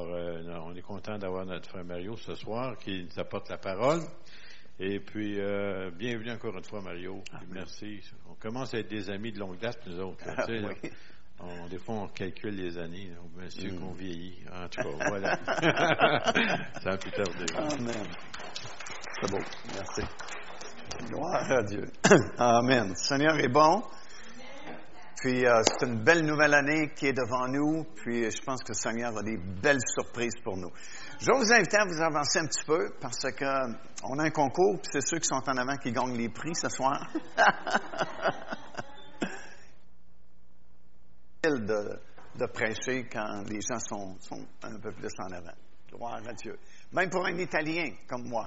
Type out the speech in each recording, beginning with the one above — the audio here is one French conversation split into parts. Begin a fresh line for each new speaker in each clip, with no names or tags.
Alors, on est content d'avoir notre frère Mario ce soir qui nous apporte la parole. Et puis, bienvenue encore une fois, Mario. Merci. On commence à être des amis de longue date, nous autres. Là, tu sais,
Oui.
des fois, on calcule les années. Là, monsieur qu'on vieillit. En tout cas, voilà. Ça a pu tarder.
Amen. C'est beau. Merci. Gloire à Dieu. Amen. Le Seigneur est bon. Puis, c'est une belle nouvelle année qui est devant nous. Puis, je pense que le Seigneur a des belles surprises pour nous. Je vais vous inviter à vous avancer un petit peu parce que on a un concours. Puis, c'est ceux qui sont en avant qui gagnent les prix ce soir. de prêcher quand les gens sont un peu plus en avant. Gloire à Dieu. Même pour un Italien comme moi,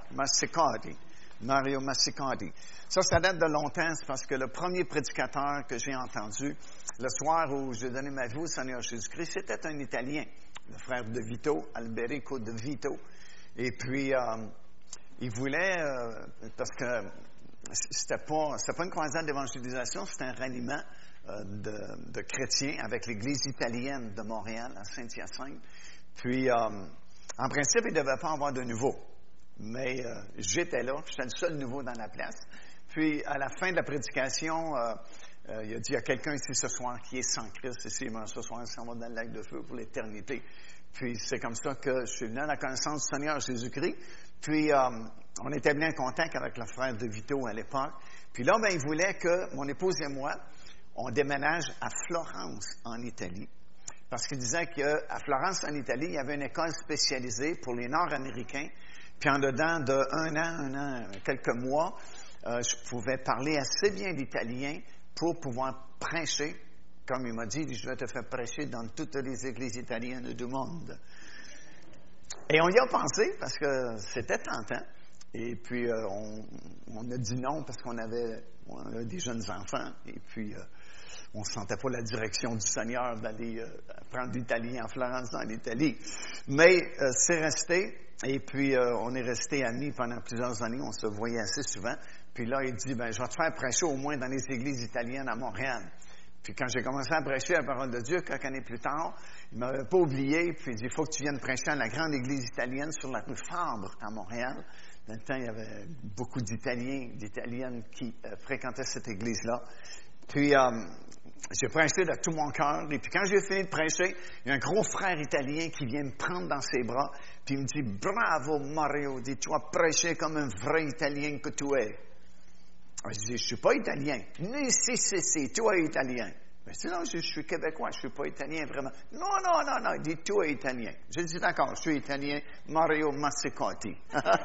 Mario Massicati. Ça date de longtemps, c'est parce que le premier prédicateur que j'ai entendu, le soir où j'ai donné ma vie au Seigneur Jésus-Christ, c'était un Italien, le frère de Vito, Alberico de Vito. Et puis, il voulait, parce que c'était pas une croisade d'évangélisation, c'était un ralliement de chrétiens avec l'Église italienne de Montréal, à Saint-Hyacinthe. Puis, en principe, il ne devait pas avoir de nouveau. Mais j'étais là, j'étais le seul nouveau dans la place. Puis, à la fin de la prédication, il a dit, il y a quelqu'un ici ce soir qui est sans Christ ici, mais ce soir, il s'en va dans le lac de feu pour l'éternité. Puis, c'est comme ça que je suis venu à la connaissance du Seigneur Jésus-Christ. Puis, on était bien en contact avec le frère de Vito à l'époque. Puis là, il voulait que mon épouse et moi, on déménage à Florence, en Italie. Parce qu'il disait qu'à Florence, en Italie, il y avait une école spécialisée pour les Nord-Américains. Puis en dedans un an, quelques mois, je pouvais parler assez bien l'italien pour pouvoir prêcher. Comme il m'a dit, je vais te faire prêcher dans toutes les églises italiennes du monde. Et on y a pensé parce que c'était tentant. Et puis on a dit non parce qu'on avait des jeunes enfants. Et puis on ne sentait pas la direction du Seigneur d'aller apprendre l'italien en Florence, dans l'Italie. Mais c'est resté. Et puis, on est restés amis pendant plusieurs années. On se voyait assez souvent. Puis là, il dit, je vais te faire prêcher au moins dans les églises italiennes à Montréal. Puis quand j'ai commencé à prêcher la parole de Dieu, quelques années plus tard, il ne m'avait pas oublié. Puis il dit, il faut que tu viennes prêcher à la grande église italienne sur la rue Fabre à Montréal. Dans le temps, il y avait beaucoup d'Italiens, d'Italiennes qui fréquentaient cette église-là. Puis, j'ai prêché de tout mon cœur. Et puis, quand j'ai fini de prêcher, il y a un gros frère italien qui vient me prendre dans ses bras. Puis, il me dit, bravo, Mario. Il dit, tu as prêché comme un vrai Italien que tu es. Je dis, je suis pas Italien. Mais si, tu es Italien. Mais sinon, je suis Québécois, je suis pas Italien vraiment. Non. Il dit, tu es Italien. J'ai dit, d'accord, je suis Italien. Mario Massicati.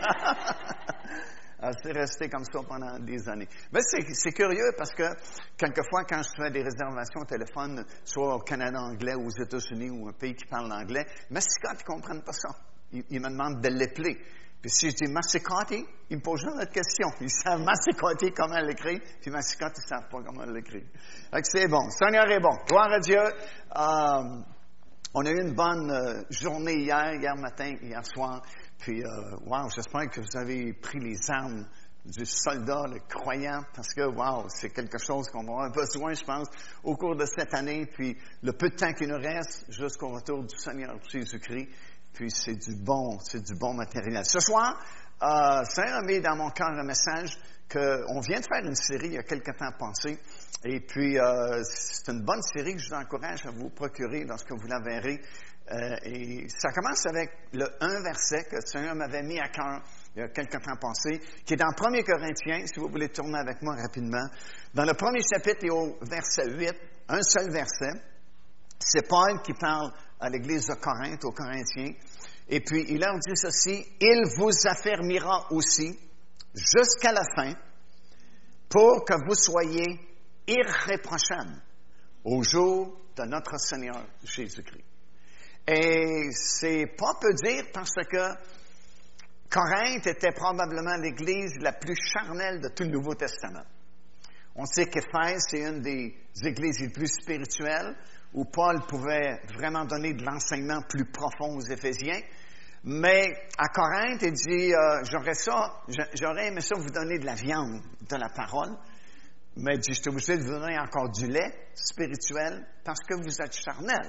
C'est resté comme ça pendant des années. Mais c'est curieux parce que, quelquefois, quand je fais des réservations au téléphone, soit au Canada anglais ou aux États-Unis ou un pays qui parle l'anglais, Massicati, ils ne comprennent pas ça. Ils me demandent de l'épeler. Puis si je dis Massicati, ils me posent jamais de questions. Ils savent Massicati comment l'écrire, puis Massicati, ils ne savent pas comment l'écrire. Donc c'est bon. Le Seigneur est bon. Gloire à Dieu. On a eu une bonne journée hier matin, hier soir. Puis, j'espère que vous avez pris les armes du soldat, le croyant, parce que, c'est quelque chose qu'on va avoir besoin, je pense, au cours de cette année, puis le peu de temps qui nous reste jusqu'au retour du Seigneur Jésus-Christ, puis c'est du bon matériel. Ce soir, Seigneur a mis dans mon cœur un message qu'on vient de faire une série il y a quelque temps passé, et puis c'est une bonne série que je vous encourage à vous procurer lorsque vous la verrez. Et ça commence avec un verset que le Seigneur m'avait mis à cœur il y a quelque temps passé, qui est dans 1 Corinthiens, si vous voulez tourner avec moi rapidement. Dans le premier chapitre et au verset 8, un seul verset, c'est Paul qui parle à l'église de Corinthe, aux Corinthiens, et puis il leur dit ceci, « Il vous affermira aussi jusqu'à la fin pour que vous soyez irréprochables au jour de notre Seigneur Jésus-Christ. » Et c'est pas peu dire parce que Corinthe était probablement l'église la plus charnelle de tout le Nouveau Testament. On sait qu'Éphèse, c'est une des églises les plus spirituelles où Paul pouvait vraiment donner de l'enseignement plus profond aux Éphésiens. Mais à Corinthe, il dit, j'aurais aimé ça vous donner de la viande, de la parole, mais il dit, je suis obligé de vous donner encore du lait spirituel parce que vous êtes charnel.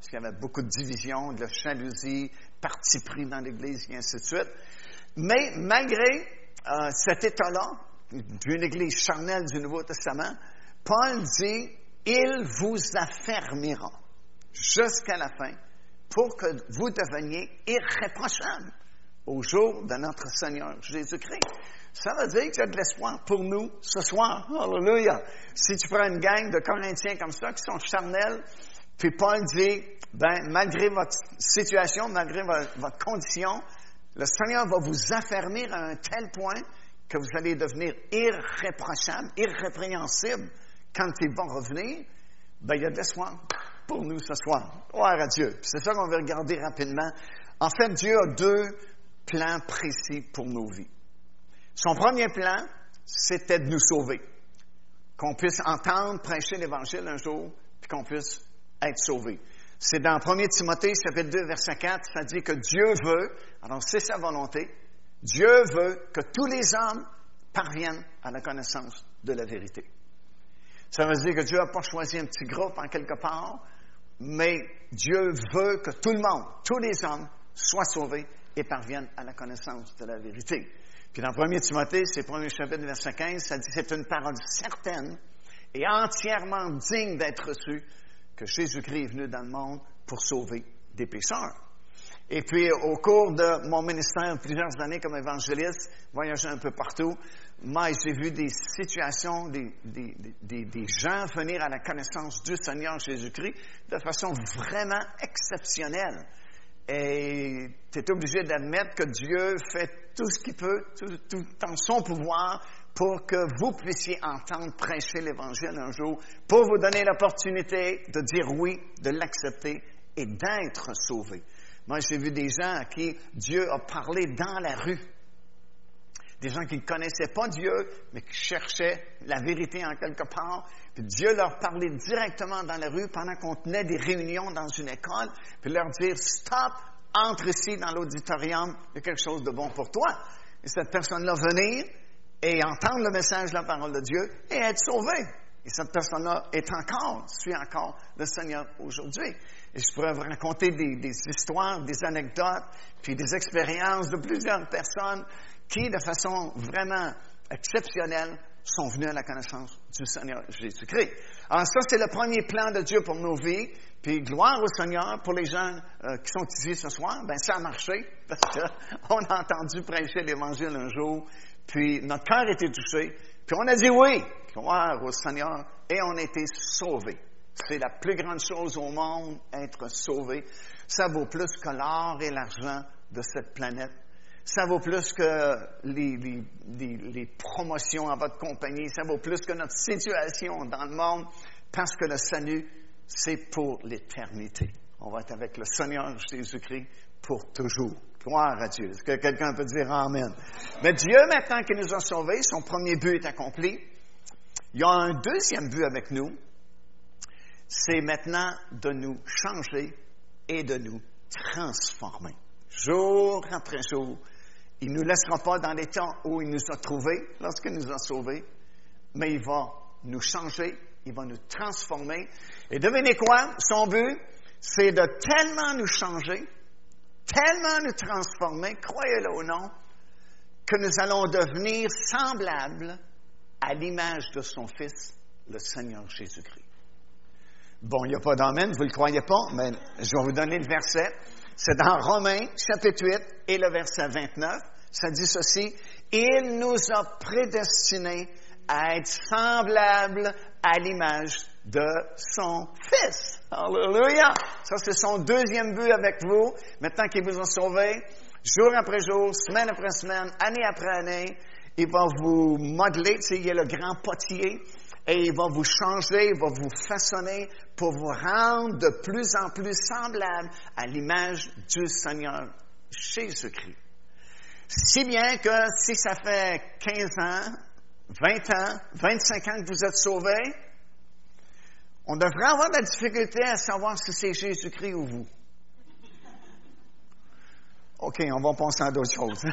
parce qu'il y avait beaucoup de divisions, de la jalousie, parti pris dans l'Église, et ainsi de suite. Mais malgré cet état-là, d'une Église charnelle du Nouveau Testament, Paul dit, « Il vous affermira jusqu'à la fin pour que vous deveniez irréprochables au jour de notre Seigneur Jésus-Christ. » Ça veut dire qu'il y a de l'espoir pour nous ce soir. Alléluia! Si tu prends une gang de Corinthiens comme ça, qui sont charnels, puis Paul dit, malgré votre situation, malgré votre condition, le Seigneur va vous affermir à un tel point que vous allez devenir irréprochables, irrépréhensibles quand il va revenir. Il y a de l'espoir pour nous ce soir. Gloire à Dieu. C'est ça qu'on va regarder rapidement. En fait, Dieu a 2 plans précis pour nos vies. Son premier plan, c'était de nous sauver. Qu'on puisse entendre, prêcher l'Évangile un jour, puis qu'on puisse être sauvés. C'est dans 1 Timothée, chapitre 2, verset 4, ça dit que Dieu veut, alors c'est sa volonté, Dieu veut que tous les hommes parviennent à la connaissance de la vérité. Ça veut dire que Dieu n'a pas choisi un petit groupe en quelque part, mais Dieu veut que tout le monde, tous les hommes, soient sauvés et parviennent à la connaissance de la vérité. Puis dans 1 Timothée, c'est 1er chapitre, verset 15, ça dit c'est une parole certaine et entièrement digne d'être reçue que Jésus-Christ est venu dans le monde pour sauver des pécheurs. Et puis, au cours de mon ministère, plusieurs années comme évangéliste, voyageant un peu partout, moi, j'ai vu des situations, des gens venir à la connaissance du Seigneur Jésus-Christ de façon vraiment exceptionnelle. Et tu es obligé d'admettre que Dieu fait tout ce qu'il peut, tout en son pouvoir, pour que vous puissiez entendre prêcher l'Évangile un jour, pour vous donner l'opportunité de dire oui, de l'accepter et d'être sauvé. Moi, j'ai vu des gens à qui Dieu a parlé dans la rue. Des gens qui ne connaissaient pas Dieu, mais qui cherchaient la vérité en quelque part. Puis Dieu leur parlait directement dans la rue pendant qu'on tenait des réunions dans une école, puis leur dire « Stop, entre ici dans l'auditorium, il y a quelque chose de bon pour toi. » Et cette personne-là venir et entendre le message de la parole de Dieu et être sauvée. Et cette personne-là suit encore le Seigneur aujourd'hui. Et je pourrais vous raconter des histoires, des anecdotes, puis des expériences de plusieurs personnes qui, de façon vraiment exceptionnelle, sont venues à la connaissance du Seigneur Jésus-Christ. Alors ça, c'est le premier plan de Dieu pour nos vies. Puis gloire au Seigneur pour les gens qui sont ici ce soir. Ça a marché parce qu'on a entendu prêcher l'Évangile un jour, puis notre cœur a été touché, puis on a dit oui, gloire au Seigneur, et on a été sauvés. C'est la plus grande chose au monde, être sauvé. Ça vaut plus que l'or et l'argent de cette planète. Ça vaut plus que les promotions à votre compagnie. Ça vaut plus que notre situation dans le monde, parce que le salut, c'est pour l'éternité. On va être avec le Seigneur Jésus-Christ pour toujours. Gloire à Dieu. Est-ce que quelqu'un peut dire Amen? Mais Dieu, maintenant qu'il nous a sauvés, son premier but est accompli. Il y a un deuxième but avec nous. C'est maintenant de nous changer et de nous transformer. Jour après jour, il ne nous laissera pas dans l'état où il nous a trouvés, lorsqu'il nous a sauvés, mais il va nous changer, il va nous transformer. Et devinez quoi? Son but, c'est de tellement nous changer, tellement nous transformer, croyez-le ou non, que nous allons devenir semblables à l'image de son Fils, le Seigneur Jésus-Christ. Bon, il n'y a pas d'amen, vous ne le croyez pas, mais je vais vous donner le verset. C'est dans Romains, chapitre 8, et le verset 29. Ça dit ceci, « Il nous a prédestinés à être semblables à l'image de son Fils. » Alléluia! Ça, c'est son deuxième but avec vous. Maintenant qu'il vous a sauvés, jour après jour, semaine après semaine, année après année, il va vous modeler, tu sais, il est le grand potier, et il va vous changer, il va vous façonner pour vous rendre de plus en plus semblables à l'image du Seigneur Jésus-Christ. Si bien que si ça fait 15 ans, 20 ans, 25 ans que vous êtes sauvés, on devrait avoir de la difficulté à savoir si c'est Jésus-Christ ou vous. OK, on va penser à d'autres choses.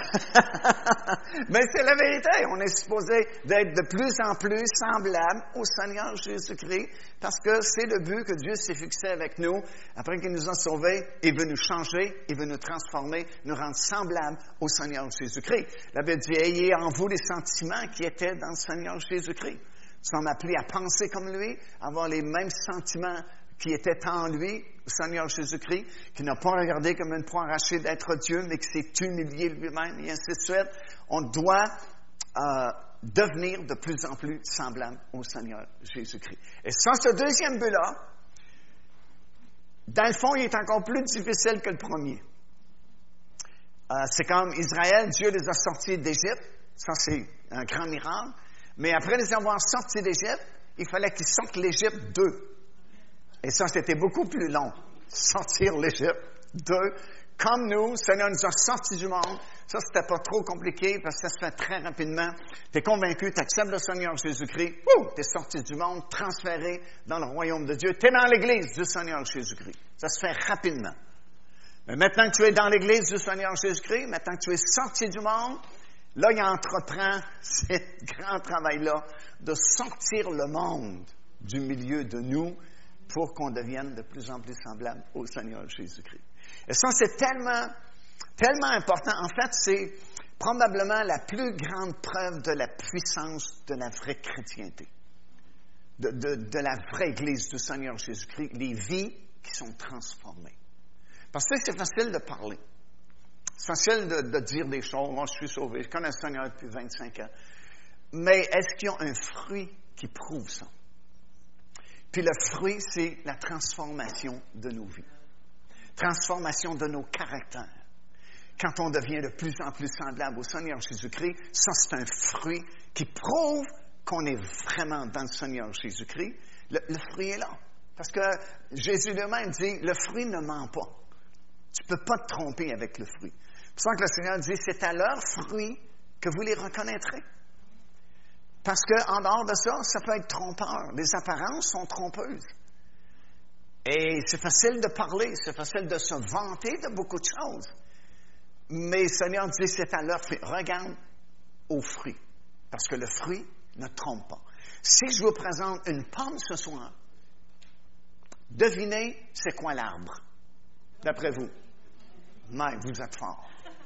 Mais c'est la vérité. On est supposé d'être de plus en plus semblable au Seigneur Jésus-Christ parce que c'est le but que Dieu s'est fixé avec nous. Après qu'il nous a sauvés, il veut nous changer, il veut nous transformer, nous rendre semblables au Seigneur Jésus-Christ. La Bible dit, ayez en vous les sentiments qui étaient dans le Seigneur Jésus-Christ. Nous sommes appelés à penser comme lui, à avoir les mêmes sentiments qui était en lui, le Seigneur Jésus-Christ, qui n'a pas regardé comme une proie arrachée d'être Dieu, mais qui s'est humilié lui-même, et ainsi de suite. On doit devenir de plus en plus semblable au Seigneur Jésus-Christ. Et sans ce deuxième but-là, dans le fond, il est encore plus difficile que le premier. C'est comme Israël, Dieu les a sortis d'Égypte. Ça, c'est un grand miracle. Mais après les avoir sortis d'Égypte, il fallait qu'ils sortent l'Égypte d'eux. Et ça, c'était beaucoup plus long. Sortir l'Égypte d'eux. Comme nous, le Seigneur nous a sortis du monde. Ça, c'était pas trop compliqué parce que ça se fait très rapidement. Tu es convaincu, tu acceptes le Seigneur Jésus-Christ. Tu es sorti du monde, transféré dans le royaume de Dieu. Tu es dans l'Église du Seigneur Jésus-Christ. Ça se fait rapidement. Mais maintenant que tu es dans l'Église du Seigneur Jésus-Christ, maintenant que tu es sorti du monde, là, il entreprend ce grand travail-là de sortir le monde du milieu de nous pour qu'on devienne de plus en plus semblable au Seigneur Jésus-Christ. Et ça, c'est tellement important. En fait, c'est probablement la plus grande preuve de la puissance de la vraie chrétienté, de la vraie Église du Seigneur Jésus-Christ, les vies qui sont transformées. Parce que c'est facile de parler. C'est facile de dire des choses. Moi, je suis sauvé, je connais le Seigneur depuis 25 ans. Mais est-ce qu'il y a un fruit qui prouve ça? Puis le fruit, c'est la transformation de nos vies. Transformation de nos caractères. Quand on devient de plus en plus semblable au Seigneur Jésus-Christ, ça, c'est un fruit qui prouve qu'on est vraiment dans le Seigneur Jésus-Christ. Le fruit est là. Parce que Jésus lui-même dit, le fruit ne ment pas. Tu ne peux pas te tromper avec le fruit. C'est pour ça que le Seigneur dit, c'est à leur fruit que vous les reconnaîtrez. Parce qu'en dehors de ça, ça peut être trompeur. Les apparences sont trompeuses. Et c'est facile de parler, c'est facile de se vanter de beaucoup de choses. Mais le Seigneur dit, c'est à leur fruit. Regarde au fruit. Parce que le fruit ne trompe pas. Si je vous présente une pomme ce soir, devinez c'est quoi l'arbre, d'après vous. Mais vous êtes fort.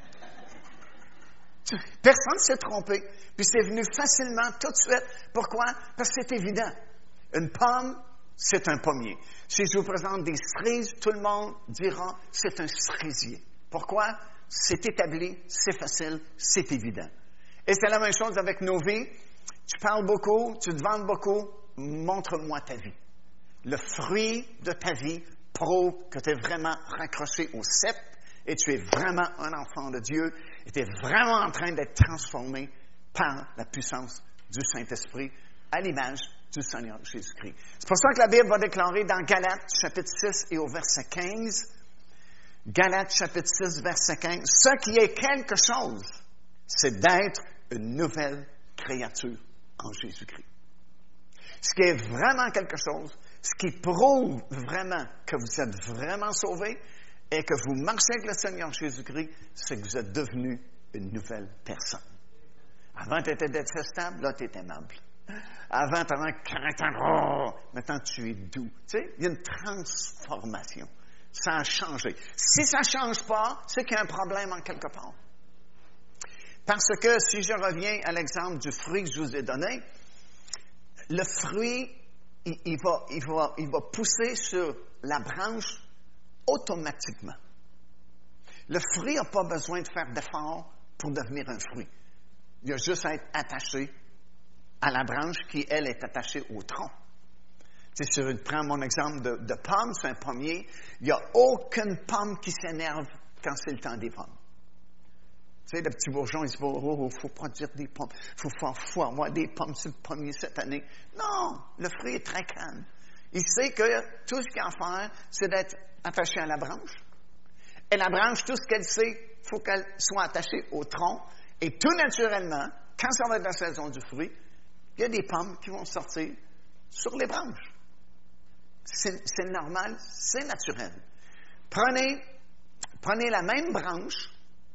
Personne ne s'est trompé. Puis c'est venu facilement, tout de suite. Pourquoi? Parce que c'est évident. Une pomme, c'est un pommier. Si je vous présente des cerises, tout le monde dira c'est un cerisier. Pourquoi? C'est établi, c'est facile, c'est évident. Et c'est la même chose avec nos vies. Tu parles beaucoup, tu te vantes beaucoup, montre-moi ta vie. Le fruit de ta vie prouve que tu es vraiment raccroché au sceptre et tu es vraiment un enfant de Dieu et tu es vraiment en train d'être transformé par la puissance du Saint-Esprit à l'image du Seigneur Jésus-Christ. C'est pour ça que la Bible va déclarer dans Galates, chapitre 6 et au verset 15, Galates, chapitre 6, verset 15, « Ce qui est quelque chose, c'est d'être une nouvelle créature en Jésus-Christ. » Ce qui est vraiment quelque chose, ce qui prouve vraiment que vous êtes vraiment sauvés et que vous marchez avec le Seigneur Jésus-Christ, c'est que vous êtes devenu une nouvelle personne. Avant, tu étais détestable, là, tu es aimable. Avant, tu avais un caractère, maintenant, tu es doux. Tu sais, il y a une transformation. Ça a changé. Si ça ne change pas, c'est qu'il y a un problème en quelque part. Parce que si je reviens à l'exemple du fruit que je vous ai donné, le fruit, il va pousser sur la branche automatiquement. Le fruit n'a pas besoin de faire d'efforts pour devenir un fruit. Il a juste à être attaché à la branche qui, elle, est attachée au tronc. Tu sais, si je prends mon exemple de pomme, c'est un pommier, il n'y a aucune pomme qui s'énerve quand c'est le temps des pommes. Tu sais, le petit bourgeon, il se dit, oh, il faut produire des pommes, faut avoir des pommes sur le pommier cette année. Non, le fruit est très calme. Il sait que tout ce qu'il a à faire, c'est d'être attaché à la branche. Et la branche, tout ce qu'elle sait, il faut qu'elle soit attachée au tronc. Et tout naturellement, quand ça va être la saison du fruit, il y a des pommes qui vont sortir sur les branches. C'est normal, c'est naturel. Prenez la même branche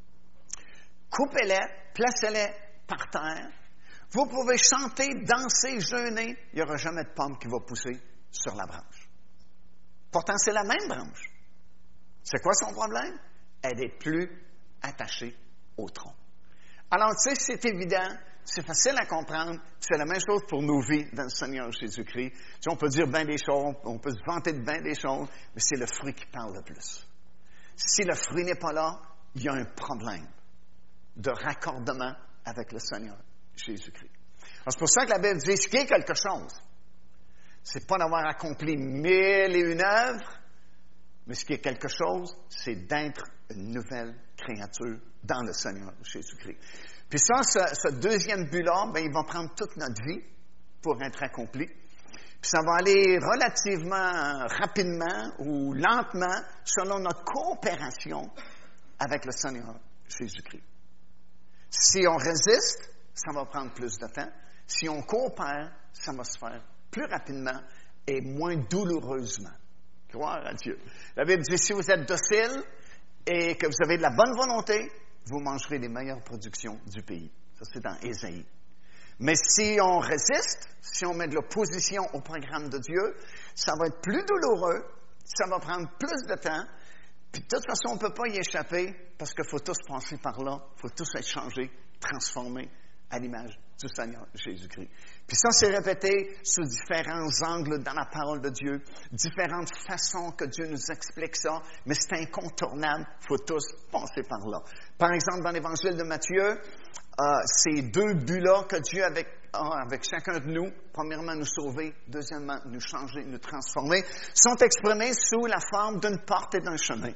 coupez-les, placez-les par terre. Vous pouvez chanter, danser, jeûner. Il n'y aura jamais de pomme qui va pousser sur la branche. Pourtant, c'est la même branche. C'est quoi son problème? Elle est plus attachée au tronc. Alors, tu sais, c'est évident, c'est facile à comprendre, c'est la même chose pour nos vies dans le Seigneur Jésus-Christ. Tu sais, on peut dire bien des choses, on peut se vanter de bien des choses, mais c'est le fruit qui parle le plus. Si le fruit n'est pas là, il y a un problème de raccordement avec le Seigneur Jésus-Christ. Alors, c'est pour ça que la Bible dit, ce qui est quelque chose, c'est pas d'avoir accompli 1001 œuvres, mais ce qui est quelque chose, c'est d'être une nouvelle créature dans le Seigneur Jésus-Christ. Puis ça, ce deuxième but-là, bien, il va prendre toute notre vie pour être accompli. Puis ça va aller relativement rapidement ou lentement selon notre coopération avec le Seigneur Jésus-Christ. Si on résiste, ça va prendre plus de temps. Si on coopère, ça va se faire plus rapidement et moins douloureusement. Gloire à Dieu. La Bible dit, si vous êtes docile et que vous avez de la bonne volonté, vous mangerez les meilleures productions du pays. Ça, c'est dans Ésaïe. Mais si on résiste, si on met de l'opposition au programme de Dieu, ça va être plus douloureux, ça va prendre plus de temps, puis de toute façon, on ne peut pas y échapper parce qu'il faut tous passer par là, il faut tous être changés, transformés à l'image du Seigneur Jésus-Christ. Puis ça, c'est répété sous différents angles dans la parole de Dieu, différentes façons que Dieu nous explique ça, mais c'est incontournable, il faut tous passer par là. Par exemple, dans l'Évangile de Matthieu, ces deux buts-là que Dieu a avec chacun de nous, premièrement nous sauver, deuxièmement nous changer, nous transformer, sont exprimés sous la forme d'une porte et d'un chemin.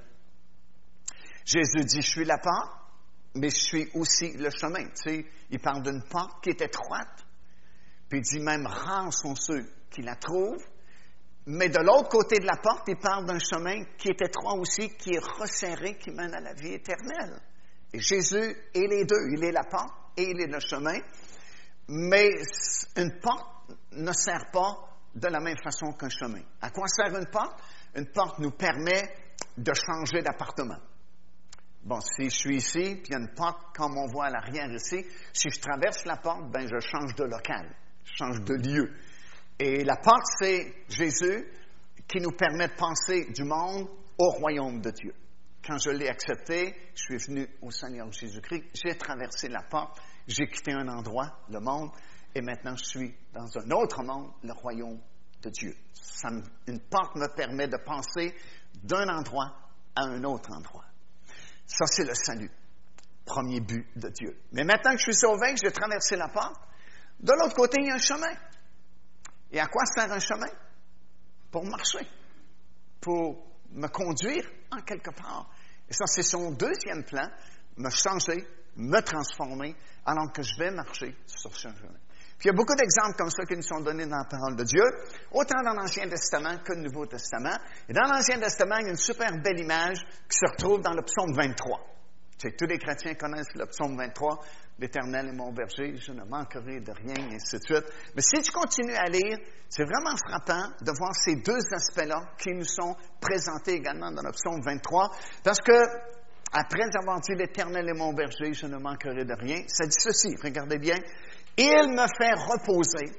Jésus dit, je suis la porte, mais je suis aussi le chemin. Tu sais, il parle d'une porte qui est étroite, puis il dit même rares sont ceux qui la trouvent. Mais de l'autre côté de la porte, il parle d'un chemin qui est étroit aussi, qui est resserré, qui mène à la vie éternelle. Et Jésus est les deux. Il est la porte et il est le chemin. Mais une porte ne sert pas de la même façon qu'un chemin. À quoi sert une porte? Une porte nous permet de changer d'appartement. Bon, si je suis ici, puis il y a une porte, comme on voit à l'arrière ici, si je traverse la porte, ben je change de local, je change de lieu. Et la porte, c'est Jésus qui nous permet de passer du monde au royaume de Dieu. Quand je l'ai accepté, je suis venu au Seigneur Jésus-Christ, j'ai traversé la porte, j'ai quitté un endroit, le monde, et maintenant je suis dans un autre monde, le royaume de Dieu. Une porte me permet de passer d'un endroit à un autre endroit. Ça, c'est le salut, premier but de Dieu. Mais maintenant que je suis sauvé, que j'ai traversé la porte, de l'autre côté, il y a un chemin. Et à quoi sert un chemin? Pour marcher, pour me conduire en quelque part. Et ça, c'est son deuxième plan, me changer, me transformer, alors que je vais marcher sur ce chemin. Puis il y a beaucoup d'exemples comme ça qui nous sont donnés dans la parole de Dieu, autant dans l'Ancien Testament que le Nouveau Testament. Et dans l'Ancien Testament, il y a une super belle image qui se retrouve dans le psaume 23. Tu sais, tous les chrétiens connaissent le psaume 23, « L'Éternel est mon berger, je ne manquerai de rien », et ainsi de suite. Mais si tu continues à lire, c'est vraiment frappant de voir ces deux aspects-là qui nous sont présentés également dans le psaume 23, parce que après avoir dit « L'Éternel est mon berger, je ne manquerai de rien », ça dit ceci, regardez bien, « Il me fait reposer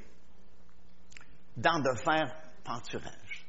dans de verts pâturages.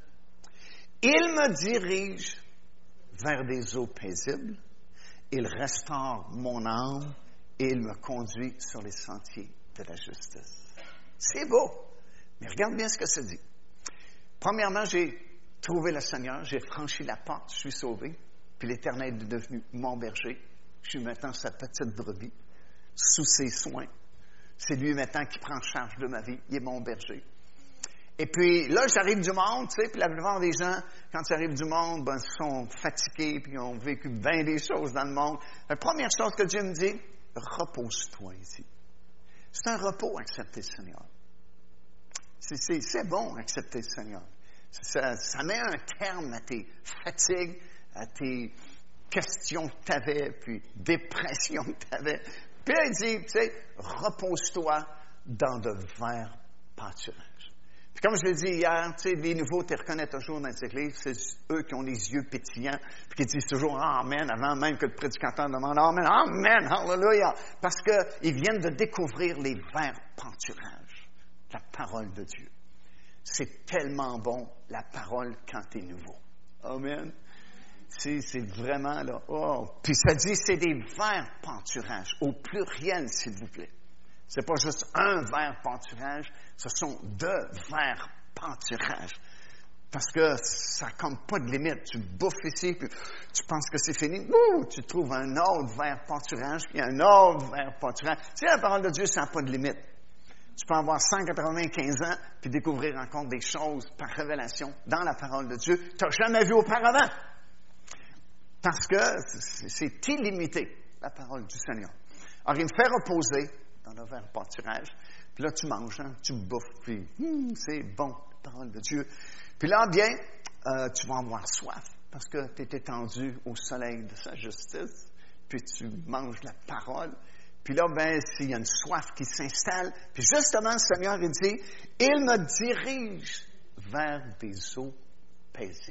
Il me dirige vers des eaux paisibles. Il restaure mon âme et il me conduit sur les sentiers de la justice. » C'est beau, mais regarde bien ce que ça dit. Premièrement, j'ai trouvé le Seigneur, j'ai franchi la porte, je suis sauvé, puis l'Éternel est devenu mon berger. Je suis maintenant sa petite brebis, sous ses soins. C'est lui maintenant qui prend charge de ma vie. Il est mon berger. Et puis là, j'arrive du monde, tu sais, puis la plupart des gens, quand ils arrivent du monde, ben, ils sont fatigués, puis ils ont vécu bien des choses dans le monde. La première chose que Dieu me dit, repose-toi ici. C'est un repos, accepter le Seigneur. C'est bon, accepter le Seigneur. Ça met un terme à tes fatigues, à tes questions que tu avais, puis dépressions que tu avais. Puis là, il dit, tu sais, repose-toi dans de verts pâturages. Puis comme je l'ai dit hier, tu sais, les nouveaux, tu les reconnais toujours dans cette église, c'est eux qui ont les yeux pétillants, puis qui disent toujours « Amen » avant même que le prédicateur demande « Amen, Amen, Hallelujah », parce qu'ils viennent de découvrir les verts pâturages, la parole de Dieu. C'est tellement bon, la parole, quand tu es nouveau. Amen. C'est vraiment là. Oh. Puis ça dit, c'est des verts pâturages, au pluriel, s'il vous plaît. C'est pas juste un vert pâturage, ce sont 2 verts pâturages. Parce que ça n'a comme pas de limite. Tu bouffes ici, puis tu penses que c'est fini. Ouh, tu trouves un autre vert pâturage, puis un autre vert pâturage. Tu sais, la parole de Dieu, ça n'a pas de limite. Tu peux avoir 195 ans, puis découvrir encore des choses par révélation dans la parole de Dieu que tu n'as jamais vu auparavant. Parce que c'est illimité, la parole du Seigneur. Alors, il me fait reposer dans le verre pâturage. Puis là, tu manges, hein, tu bouffes, puis c'est bon, la parole de Dieu. Puis là, bien, tu vas avoir soif, parce que tu es étendu au soleil de sa justice, puis tu manges la parole. Puis là, ben, s'il y a une soif qui s'installe, puis justement, le Seigneur, il dit, « Il me dirige vers des eaux paisibles. »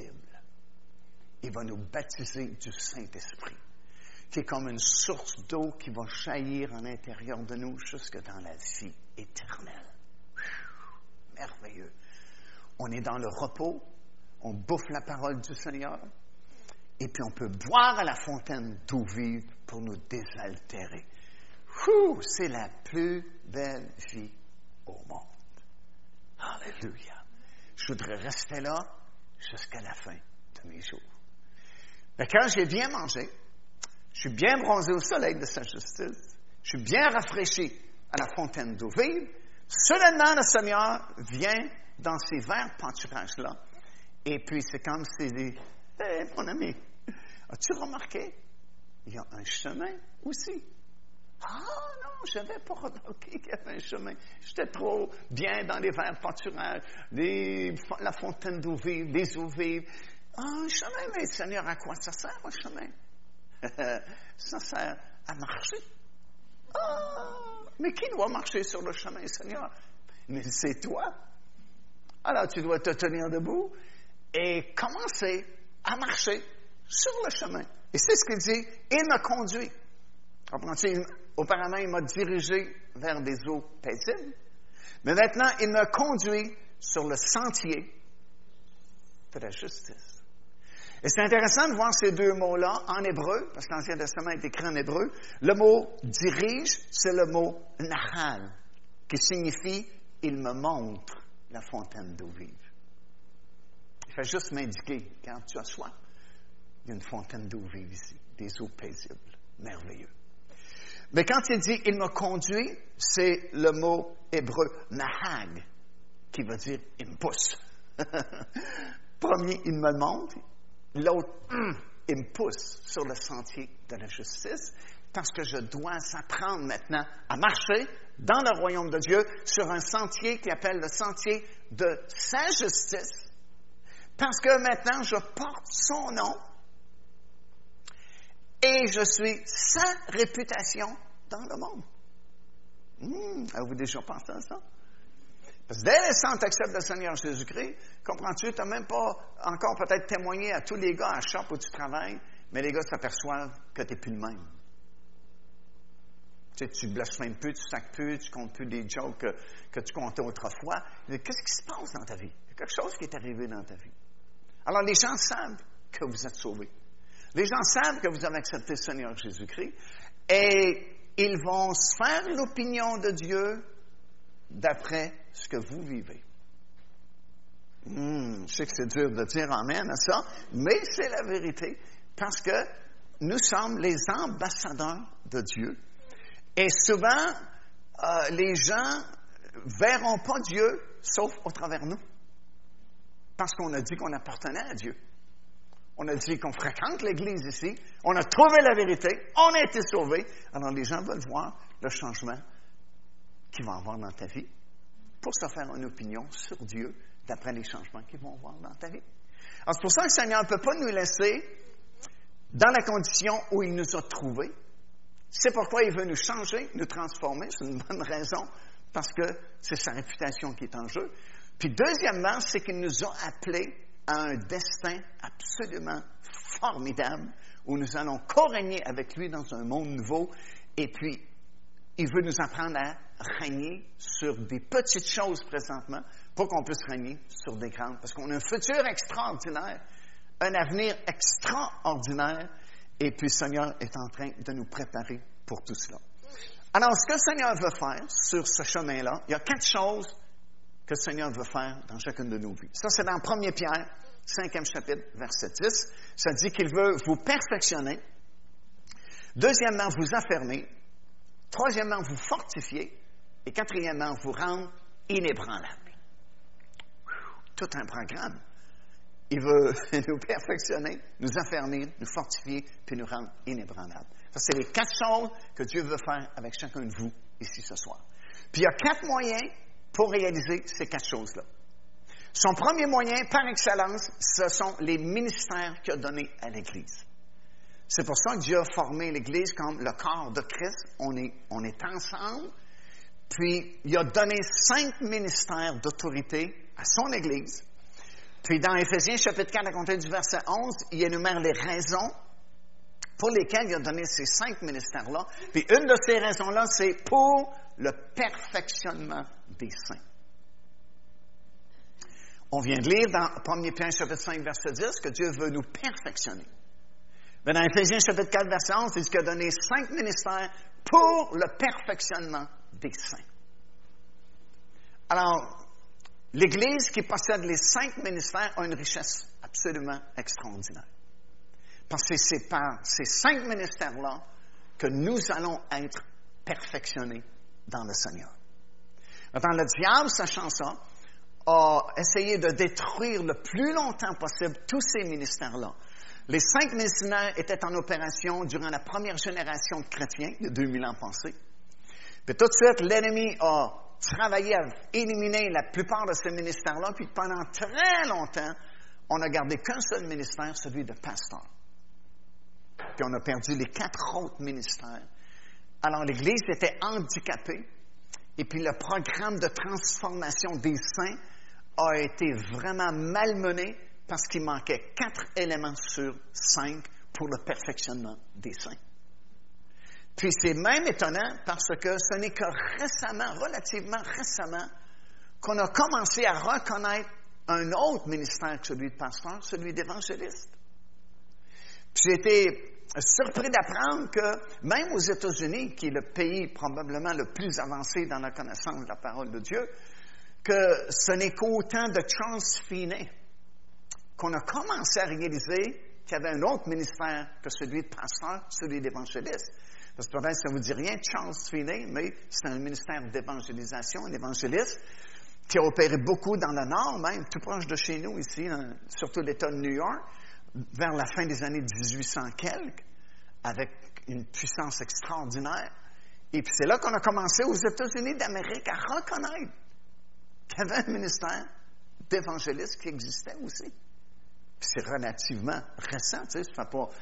Il va nous baptiser du Saint-Esprit, qui est comme une source d'eau qui va jaillir en l'intérieur de nous jusque dans la vie éternelle. Merveilleux. On est dans le repos, on bouffe la parole du Seigneur, et puis on peut boire à la fontaine d'eau vive pour nous désaltérer. C'est la plus belle vie au monde. Alléluia. Je voudrais rester là jusqu'à la fin de mes jours. Mais quand j'ai bien mangé, je suis bien bronzé au soleil de sa justice, je suis bien rafraîchi à la fontaine d'eau vive, soudainement le Seigneur vient dans ces verts pâturages-là, et puis c'est comme s'il dit, « Hé, mon ami, as-tu remarqué? Il y a un chemin aussi. » Ah non, je n'avais pas remarqué qu'il y avait un chemin. J'étais trop bien dans les verts pâturages, la fontaine d'eau vive, les eaux vives. Ah, un chemin, mais Seigneur, à quoi ça sert, un chemin? Ça sert à marcher. Ah, mais qui doit marcher sur le chemin, Seigneur? Mais c'est toi. Alors, tu dois te tenir debout et commencer à marcher sur le chemin. Et c'est ce qu'il dit, il m'a conduit. Auparavant, il m'a dirigé vers des eaux paisibles, mais maintenant, il me conduit sur le sentier de la justice. Et c'est intéressant de voir ces 2 mots-là en hébreu, parce que l'Ancien Testament est écrit en hébreu. Le mot « dirige », c'est le mot « nahal », qui signifie « il me montre la fontaine d'eau vive ». Il fait juste m'indiquer, quand tu as soif, il y a une fontaine d'eau vive ici, des eaux paisibles. Merveilleux. Mais quand il dit « il me conduit », c'est le mot hébreu « nahag », qui veut dire « il me pousse ». Premier, il me montre. L'autre, il me pousse sur le sentier de la justice, parce que je dois apprendre maintenant à marcher dans le royaume de Dieu sur un sentier qui appelle le sentier de sa justice, parce que maintenant je porte son nom et je suis sa réputation dans le monde. Avez-vous déjà pensé à ça? Parce que dès l'instant où tu acceptes le Seigneur Jésus-Christ, comprends-tu, tu n'as même pas encore peut-être témoigné à tous les gars à la shop où tu travailles, mais les gars s'aperçoivent que tu n'es plus le même. Tu sais, tu blasphèmes plus, tu sacs plus, tu comptes plus des jokes que tu comptais autrefois. Qu'est-ce qui se passe dans ta vie? Il y a quelque chose qui est arrivé dans ta vie. Alors, les gens savent que vous êtes sauvés. Les gens savent que vous avez accepté le Seigneur Jésus-Christ et ils vont se faire l'opinion de Dieu d'après ce que vous vivez. Je sais que c'est dur de dire amen à ça, mais c'est la vérité, parce que nous sommes les ambassadeurs de Dieu. Et souvent, les gens ne verront pas Dieu, sauf au travers de nous. Parce qu'on a dit qu'on appartenait à Dieu. On a dit qu'on fréquente l'Église ici. On a trouvé la vérité. On a été sauvés. Alors, les gens veulent voir le changement qu'ils vont avoir dans ta vie pour se faire une opinion sur Dieu d'après les changements qu'ils vont avoir dans ta vie. Alors, c'est pour ça que le Seigneur ne peut pas nous laisser dans la condition où il nous a trouvés. C'est pourquoi il veut nous changer, nous transformer. C'est une bonne raison, parce que c'est sa réputation qui est en jeu. Puis deuxièmement, c'est qu'il nous a appelés à un destin absolument formidable où nous allons co-régner avec lui dans un monde nouveau. Et puis, il veut nous apprendre à régner sur des petites choses présentement pour qu'on puisse régner sur des grandes. Parce qu'on a un futur extraordinaire, un avenir extraordinaire. Et puis, le Seigneur est en train de nous préparer pour tout cela. Alors, ce que le Seigneur veut faire sur ce chemin-là, il y a 4 choses que le Seigneur veut faire dans chacune de nos vies. Ça, c'est dans 1 Pierre, 5e chapitre, verset 10. Ça dit qu'il veut vous perfectionner. Deuxièmement, vous affermer. Troisièmement, vous fortifier. Et quatrièmement, vous rendre inébranlable. Tout un programme. Il veut nous perfectionner, nous affermir, nous fortifier, puis nous rendre inébranlables. Ça, c'est les 4 choses que Dieu veut faire avec chacun de vous ici ce soir. Puis il y a 4 moyens pour réaliser ces 4 choses-là. Son premier moyen, par excellence, ce sont les ministères qu'il a donnés à l'Église. C'est pour ça que Dieu a formé l'Église comme le corps de Christ. On est ensemble. Puis, il a donné 5 ministères d'autorité à son Église. Puis, dans Éphésiens chapitre 4, à compter du verset 11, il énumère les raisons pour lesquelles il a donné ces 5 ministères-là. Puis, une de ces raisons-là, c'est pour le perfectionnement des saints. On vient de lire dans 1 Pierre chapitre 5, verset 10, que Dieu veut nous perfectionner. Mais dans Éphésiens chapitre 4, verset 11, il dit qu'il a donné 5 ministères pour le perfectionnement des saints. Alors, l'Église qui possède les 5 ministères a une richesse absolument extraordinaire. Parce que c'est par ces 5 ministères-là que nous allons être perfectionnés dans le Seigneur. Maintenant, le diable, sachant ça, a essayé de détruire le plus longtemps possible tous ces ministères-là. Les 5 ministères étaient en opération durant la première génération de chrétiens, de 2000 ans passés. Puis tout de suite, l'ennemi a travaillé à éliminer la plupart de ces ministères-là, puis pendant très longtemps, on n'a gardé qu'un seul ministère, celui de pasteur. Puis on a perdu les 4 autres ministères. Alors l'Église était handicapée, et puis le programme de transformation des saints a été vraiment malmené parce qu'il manquait 4 éléments sur 5 pour le perfectionnement des saints. Puis c'est même étonnant parce que ce n'est que récemment, relativement récemment, qu'on a commencé à reconnaître un autre ministère que celui de pasteur, celui d'évangéliste. Puis j'ai été surpris d'apprendre que même aux États-Unis, qui est le pays probablement le plus avancé dans la connaissance de la parole de Dieu, que ce n'est qu'au temps de Charles Finney qu'on a commencé à réaliser qu'il y avait un autre ministère que celui de pasteur, celui d'évangéliste. Parce que peut-être ça ne vous dit rien, Charles Finney, mais c'est un ministère d'évangélisation, un évangéliste, qui a opéré beaucoup dans le Nord, même tout proche de chez nous ici, surtout l'État de New York, vers la fin des années 1800 quelques, avec une puissance extraordinaire. Et puis c'est là qu'on a commencé aux États-Unis d'Amérique à reconnaître qu'il y avait un ministère d'évangéliste qui existait aussi. Puis c'est relativement récent, tu sais, ça fait pas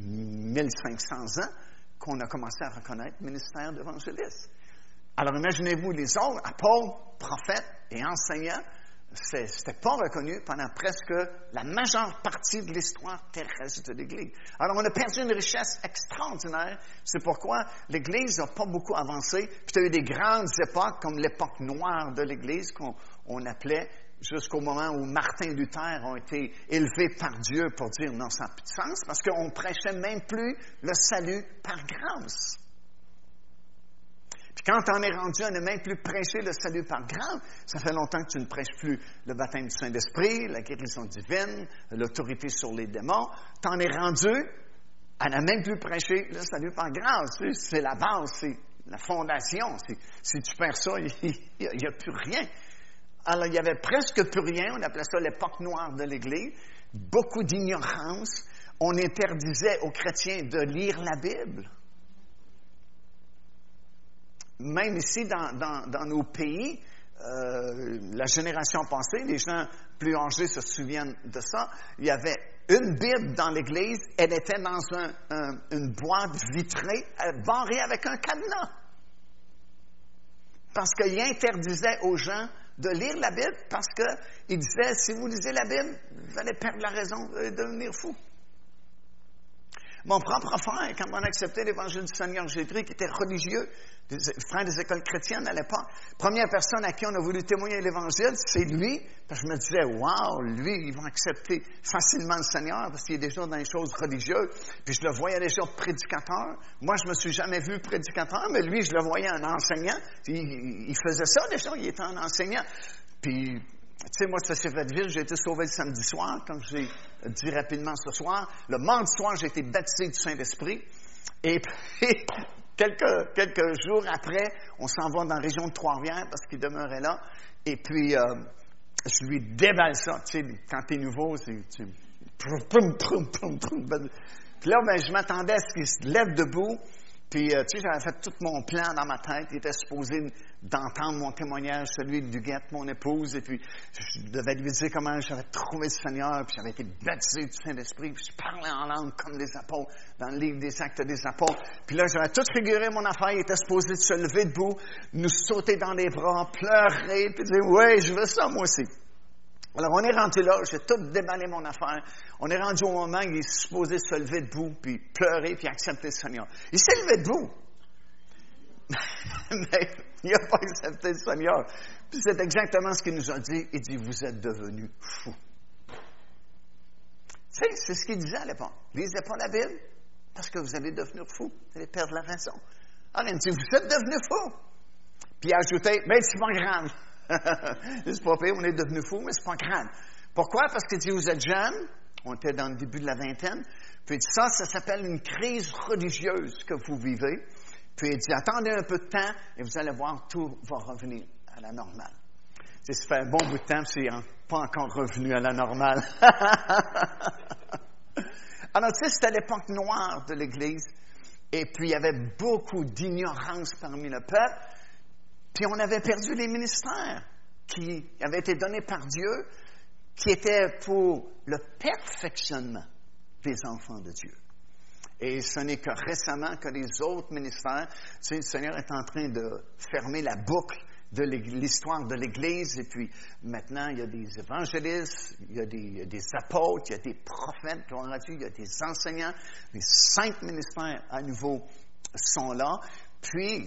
1500 ans qu'on a commencé à reconnaître le ministère d'évangéliste. Alors imaginez-vous les autres, apôtres, prophètes et enseignants, c'était pas reconnu pendant presque la majeure partie de l'histoire terrestre de l'Église. Alors on a perdu une richesse extraordinaire, c'est pourquoi l'Église n'a pas beaucoup avancé, puis il y a eu des grandes époques comme l'époque noire de l'Église qu'on appelait, jusqu'au moment où Martin Luther a été élevé par Dieu pour dire non, ça n'a plus de sens, parce qu'on ne prêchait même plus le salut par grâce. Puis quand on est rendu à ne même plus prêcher le salut par grâce, ça fait longtemps que tu ne prêches plus le baptême du Saint-Esprit, la guérison divine, l'autorité sur les démons. Tu en es rendu à ne même plus prêcher le salut par grâce. C'est la base, c'est la fondation. Si tu perds ça, il n'y a plus rien. Alors, il n'y avait presque plus rien. On appelait ça l'époque noire de l'Église. Beaucoup d'ignorance. On interdisait aux chrétiens de lire la Bible. Même ici, dans nos pays, la génération passée, les gens plus âgés se souviennent de ça, il y avait une Bible dans l'Église, elle était dans une boîte vitrée, barrée avec un cadenas. Parce qu'il interdisait aux gens de lire la Bible parce qu'il disait, si vous lisez la Bible, vous allez perdre la raison, vous allez devenir fou. Mon propre frère, quand on a accepté l'Évangile du Seigneur Jésus-Christ, qui était religieux, frère des écoles chrétiennes à l'époque, première personne à qui on a voulu témoigner l'Évangile, c'est lui. Parce que je me disais, wow, lui, il va accepter facilement le Seigneur parce qu'il est déjà dans les choses religieuses. Puis je le voyais déjà prédicateur. Moi, je me suis jamais vu prédicateur, mais lui, je le voyais un enseignant. Il faisait ça déjà, il était un enseignant. Puis, tu sais, moi, ça s'est fait vite. J'ai été sauvé le samedi soir, comme j'ai dit rapidement ce soir. Le mardi soir, j'ai été baptisé du Saint-Esprit. Et puis, quelques jours après, on s'en va dans la région de Trois-Rivières parce qu'il demeurait là. Et puis, je lui déballe ça. Tu sais, quand t'es nouveau, c'est... Puis là, ben, je m'attendais à ce qu'il se lève debout. Puis, tu sais, j'avais fait tout mon plan dans ma tête. Il était supposé d'entendre mon témoignage, celui de Huguette, mon épouse. Et puis, je devais lui dire comment j'avais trouvé le Seigneur. Puis, j'avais été baptisé du Saint-Esprit. Puis, je parlais en langue comme les apôtres dans le livre des Actes des Apôtres. Puis là, j'avais tout figuré mon affaire. Il était supposé de se lever debout, nous sauter dans les bras, pleurer, puis dire, ouais, je veux ça, moi aussi. Alors, on est rentré là, j'ai tout déballé mon affaire. On est rendu au moment où il est supposé se lever debout, puis pleurer, puis accepter le Seigneur. Il s'est levé debout. Mais il n'a pas accepté le Seigneur. Puis c'est exactement ce qu'il nous a dit. Il dit, vous êtes devenus fous. Tu sais, c'est ce qu'il disait à l'époque. Lisez pas la Bible, parce que vous allez devenir fous. Vous allez perdre la raison. Alors, il me dit, vous êtes devenus fous. Puis il a ajouté, mais c'est pas grave. C'est pas pire, on est devenus fous, mais c'est pas grave. Pourquoi? Parce qu'il dit, vous êtes jeunes, on était dans le début de la vingtaine, puis il dit, ça s'appelle une crise religieuse que vous vivez. Puis il dit, attendez un peu de temps et vous allez voir, tout va revenir à la normale. Ça fait un bon bout de temps, c'est pas encore revenu à la normale. Alors, tu sais, c'était l'époque noire de l'Église, et puis il y avait beaucoup d'ignorance parmi le peuple. Puis on avait perdu les ministères qui avaient été donnés par Dieu, qui étaient pour le perfectionnement des enfants de Dieu. Et ce n'est que récemment que les autres ministères, tu sais, le Seigneur est en train de fermer la boucle de l'histoire de l'Église, et puis maintenant, il y a des évangélistes, il y a des apôtres, il y a des prophètes, gloire à Dieu, il y a des enseignants, les 5 ministères à nouveau sont là. Puis,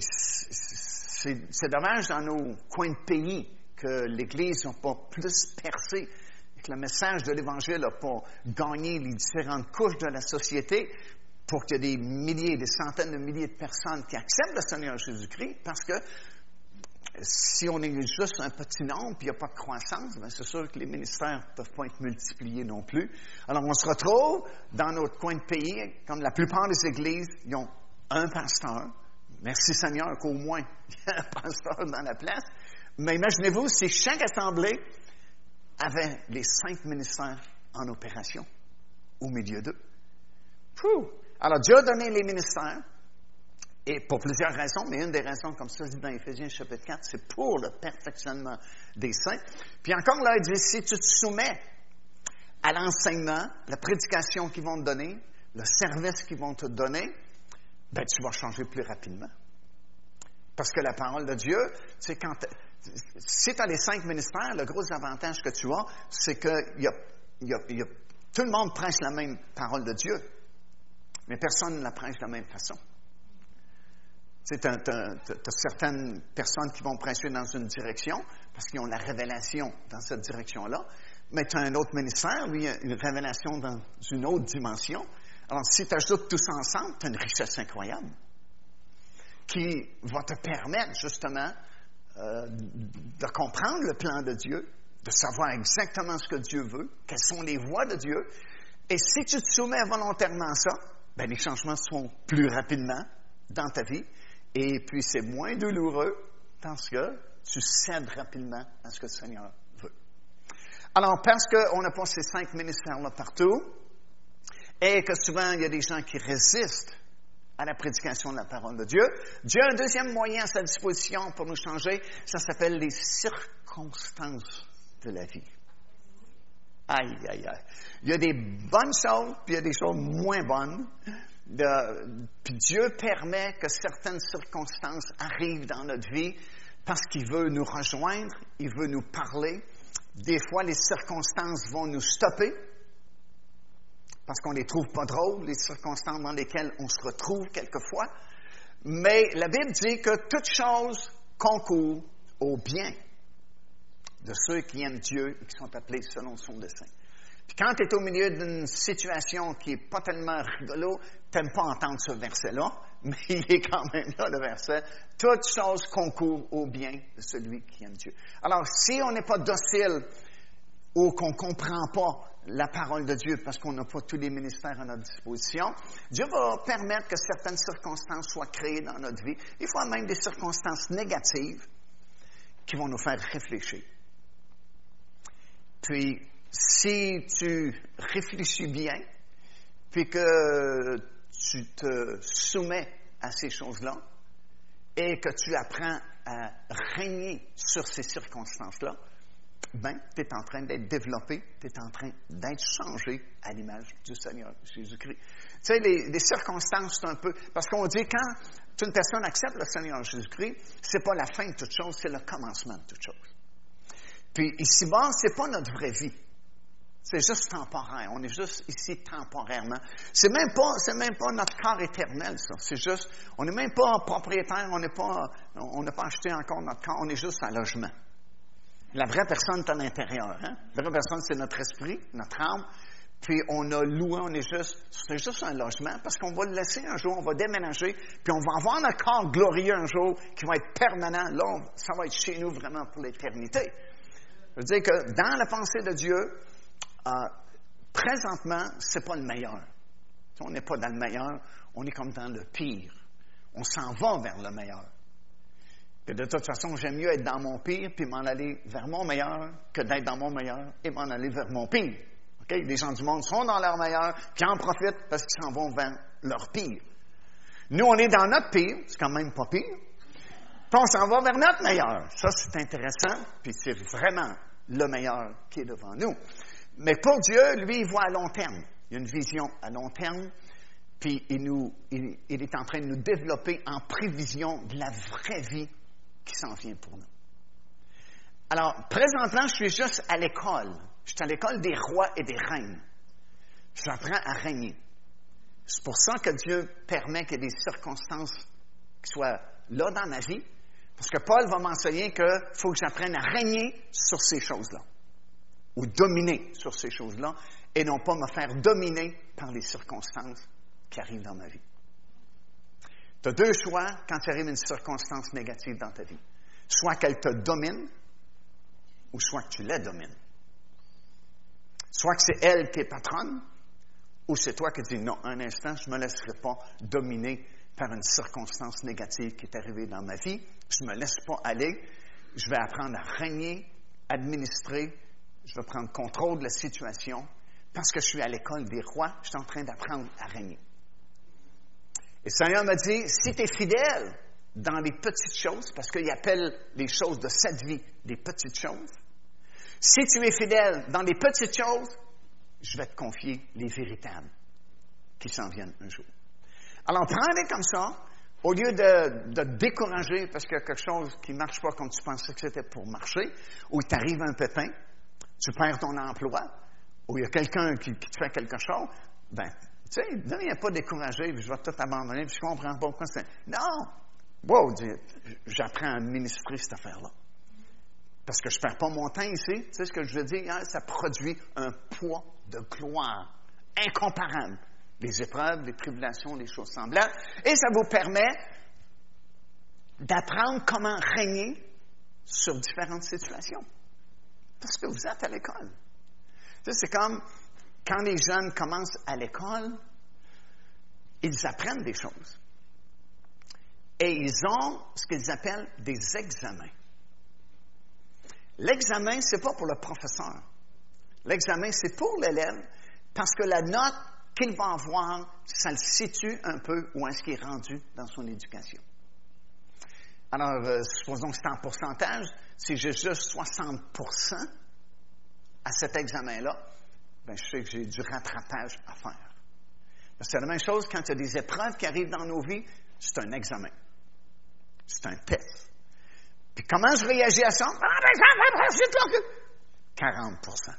c'est dommage dans nos coins de pays que l'Église n'a pas plus percé, que le message de l'Évangile n'a pas gagné les différentes couches de la société pour qu'il y ait des milliers, des centaines de milliers de personnes qui acceptent le Seigneur Jésus-Christ, parce que si on est juste un petit nombre et il n'y a pas de croissance, bien c'est sûr que les ministères ne peuvent pas être multipliés non plus. Alors on se retrouve dans notre coin de pays, comme la plupart des églises, ils ont un pasteur. Merci Seigneur qu'au moins il y a un pasteur dans la place. Mais imaginez-vous si chaque assemblée avait les 5 ministères en opération au milieu d'eux. Alors Dieu a donné les ministères, et pour plusieurs raisons, mais une des raisons, comme ça dit dans Éphésiens chapitre 4, c'est pour le perfectionnement des saints. Puis encore là, il dit, si tu te soumets à l'enseignement, la prédication qu'ils vont te donner, le service qu'ils vont te donner, ben tu vas changer plus rapidement. Parce que la parole de Dieu, tu sais, si tu as les 5 ministères, le gros avantage que tu as, c'est que tout le monde prêche la même parole de Dieu, mais personne ne la prêche de la même façon. Tu sais, tu as certaines personnes qui vont prêcher dans une direction parce qu'ils ont la révélation dans cette direction-là, mais tu as un autre ministère, lui, une révélation dans une autre dimension. Alors, si tu ajoutes tout ça ensemble, tu as une richesse incroyable qui va te permettre, justement, de comprendre le plan de Dieu, de savoir exactement ce que Dieu veut, quelles sont les voies de Dieu. Et si tu te soumets volontairement à ça, ben les changements se font plus rapidement dans ta vie. Et puis, c'est moins douloureux parce que tu cèdes rapidement à ce que le Seigneur veut. Alors, parce qu'on n'a pas ces 5 ministères-là partout, et que souvent, il y a des gens qui résistent à la prédication de la parole de Dieu, Dieu a un deuxième moyen à sa disposition pour nous changer. Ça s'appelle les circonstances de la vie. Aïe, aïe, aïe. Il y a des bonnes choses, puis il y a des choses moins bonnes. Puis Dieu permet que certaines circonstances arrivent dans notre vie parce qu'il veut nous rejoindre, il veut nous parler. Des fois, les circonstances vont nous stopper parce qu'on ne les trouve pas drôles, les circonstances dans lesquelles on se retrouve quelquefois. Mais la Bible dit que toute chose concourt au bien de ceux qui aiment Dieu et qui sont appelés selon son dessein. Puis quand tu es au milieu d'une situation qui n'est pas tellement rigolo, tu n'aimes pas entendre ce verset-là, mais il est quand même là, le verset. Toute chose concourt au bien de celui qui aime Dieu. Alors, si on n'est pas docile ou qu'on ne comprend pas la parole de Dieu parce qu'on n'a pas tous les ministères à notre disposition, Dieu va permettre que certaines circonstances soient créées dans notre vie, des fois même des circonstances négatives qui vont nous faire réfléchir. Puis, si tu réfléchis bien, puis que tu te soumets à ces choses-là et que tu apprends à régner sur ces circonstances-là, ben, tu es en train d'être développé, tu es en train d'être changé à l'image du Seigneur Jésus-Christ. Tu sais, les circonstances, c'est un peu... Parce qu'on dit, quand une personne accepte le Seigneur Jésus-Christ, c'est pas la fin de toute chose, c'est le commencement de toute chose. Puis ici-bas, c'est pas notre vraie vie. C'est juste temporaire. On est juste ici temporairement. C'est même pas notre corps éternel, ça. C'est juste, on n'est même pas propriétaire, on n'a pas acheté encore notre corps, on est juste à logement. La vraie personne est à l'intérieur, hein? La vraie personne, c'est notre esprit, notre âme. Puis on a loué, c'est juste un logement, parce qu'on va le laisser un jour, on va déménager, puis on va avoir un corps glorieux un jour, qui va être permanent. Là, ça va être chez nous vraiment pour l'éternité. Je veux dire que dans la pensée de Dieu, présentement, c'est pas le meilleur. On n'est pas dans le meilleur, on est comme dans le pire. On s'en va vers le meilleur. Que de toute façon, j'aime mieux être dans mon pire puis m'en aller vers mon meilleur que d'être dans mon meilleur et m'en aller vers mon pire. Okay? Les gens du monde sont dans leur meilleur puis en profitent parce qu'ils s'en vont vers leur pire. Nous, on est dans notre pire, c'est quand même pas pire, puis on s'en va vers notre meilleur. Ça, c'est intéressant, puis c'est vraiment le meilleur qui est devant nous. Mais pour Dieu, lui, il voit à long terme. Il y a une vision à long terme, puis il est en train de nous développer en prévision de la vraie vie qui s'en vient pour nous. Alors, présentement, je suis juste à l'école. Je suis à l'école des rois et des reines. J'apprends à régner. C'est pour ça que Dieu permet qu'il y ait des circonstances qui soient là dans ma vie, parce que Paul va m'enseigner qu'il faut que j'apprenne à régner sur ces choses-là, ou dominer sur ces choses-là, et non pas me faire dominer par les circonstances qui arrivent dans ma vie. Tu as deux choix quand il arrive une circonstance négative dans ta vie. Soit qu'elle te domine, ou soit que tu la domines. Soit que c'est elle qui est patronne, ou c'est toi qui dis non, un instant, je ne me laisserai pas dominer par une circonstance négative qui est arrivée dans ma vie. Je ne me laisse pas aller. Je vais apprendre à régner, administrer. Je vais prendre contrôle de la situation. Parce que je suis à l'école des rois, je suis en train d'apprendre à régner. Et le Seigneur m'a dit, si tu es fidèle dans les petites choses, parce qu'il appelle les choses de cette vie des petites choses, si tu es fidèle dans les petites choses, je vais te confier les véritables qui s'en viennent un jour. Alors, prends-les comme ça, au lieu de te décourager parce qu'il y a quelque chose qui ne marche pas comme tu pensais que c'était pour marcher, ou il t'arrive un pépin, tu perds ton emploi, ou il y a quelqu'un qui te fait quelque chose, ben, tu sais, ne viens pas décourager, puis je vais tout abandonner, puis je ne comprends pas pourquoi c'est... Non! Wow, j'apprends à administrer cette affaire-là. Parce que je ne perds pas mon temps ici. Tu sais ce que je veux dire? Hein? Ça produit un poids de gloire incomparable. Les épreuves, les tribulations, les choses semblables. Et ça vous permet d'apprendre comment régner sur différentes situations. Parce que vous êtes à l'école. Tu sais, c'est comme quand les jeunes commencent à l'école, ils apprennent des choses. Et ils ont ce qu'ils appellent des examens. L'examen, ce n'est pas pour le professeur. L'examen, c'est pour l'élève parce que la note qu'il va avoir, ça le situe un peu où est-ce qu'il est rendu dans son éducation. Alors, supposons que c'est en pourcentage, si j'ai juste 60% à cet examen-là, ben, je sais que j'ai du rattrapage à faire. C'est la même chose quand il y a des épreuves qui arrivent dans nos vies, c'est un examen. C'est un test. Puis comment je réagis à ça? 40%.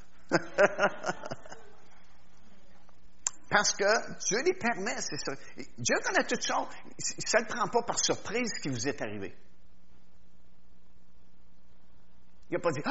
Parce que Dieu les permet, c'est ça. Dieu connaît toutes choses. Ça ne le prend pas par surprise ce qui vous est arrivé. Il n'a pas dit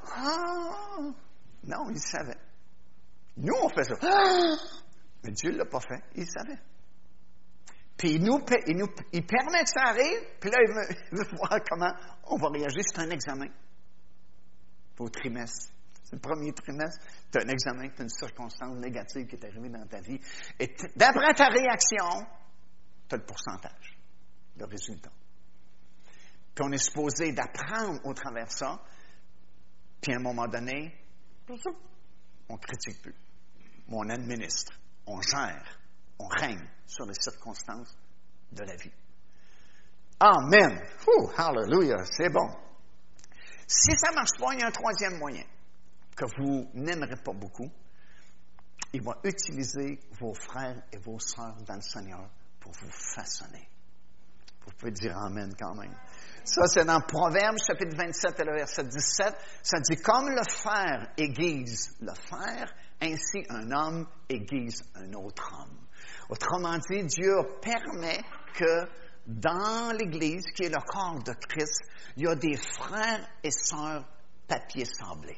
Non, il savait. Nous, on fait ça. Mais Dieu ne l'a pas fait. Il savait. Puis il permet que ça arrive, puis là, il veut voir comment on va réagir. C'est un examen. Au trimestre. C'est le premier trimestre. Tu as un examen, tu as une circonstance négative qui est arrivée dans ta vie. Et d'après ta réaction, tu as le pourcentage, le résultat. Puis on est supposé d'apprendre au travers de ça, puis à un moment donné, on ne critique plus. Mais on administre, on gère, on règne sur les circonstances de la vie. Amen! Hallelujah! C'est bon. Si ça ne marche pas, il y a un troisième moyen que vous n'aimerez pas beaucoup. Il va utiliser vos frères et vos sœurs dans le Seigneur pour vous façonner. Vous pouvez dire Amen quand même. Ça, c'est dans Proverbes, chapitre 27 et le verset 17. Ça dit, comme le fer aiguise le fer, ainsi un homme aiguise un autre homme. Autrement dit, Dieu permet que dans l'Église, qui est le corps de Christ, il y a des frères et sœurs papier sablé.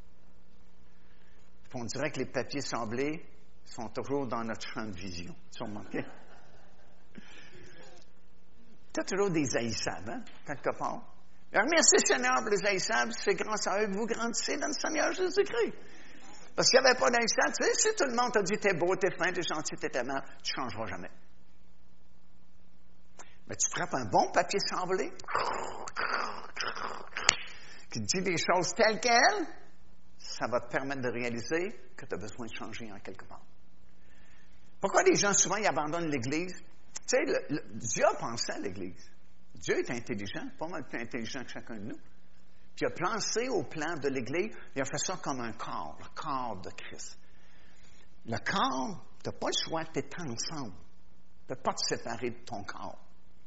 On dirait que les papiers sablés sont toujours dans notre champ de vision. Tu as remarqué? Tu as toujours des haïssables, hein, quelque part. Alors, merci Seigneur pour les haïssables, c'est grâce à eux que vous grandissez dans le Seigneur Jésus-Christ. Parce qu'il n'y avait pas d'haïssables, tu sais, si tout le monde t'a dit t'es beau, t'es fin, t'es gentil, t'es aimant, tu ne changeras jamais. Mais tu frappes un bon papier sablé qui te dit les choses telles quelles, ça va te permettre de réaliser que tu as besoin de changer en quelque part. Pourquoi les gens, souvent, ils abandonnent l'Église? Tu sais, Dieu a pensé à l'Église. Dieu est intelligent, pas mal plus intelligent que chacun de nous. Puis il a pensé au plan de l'Église, il a fait ça comme un corps, le corps de Christ. Le corps, tu n'as pas le choix, tu es ensemble. Tu ne peux pas te séparer de ton corps.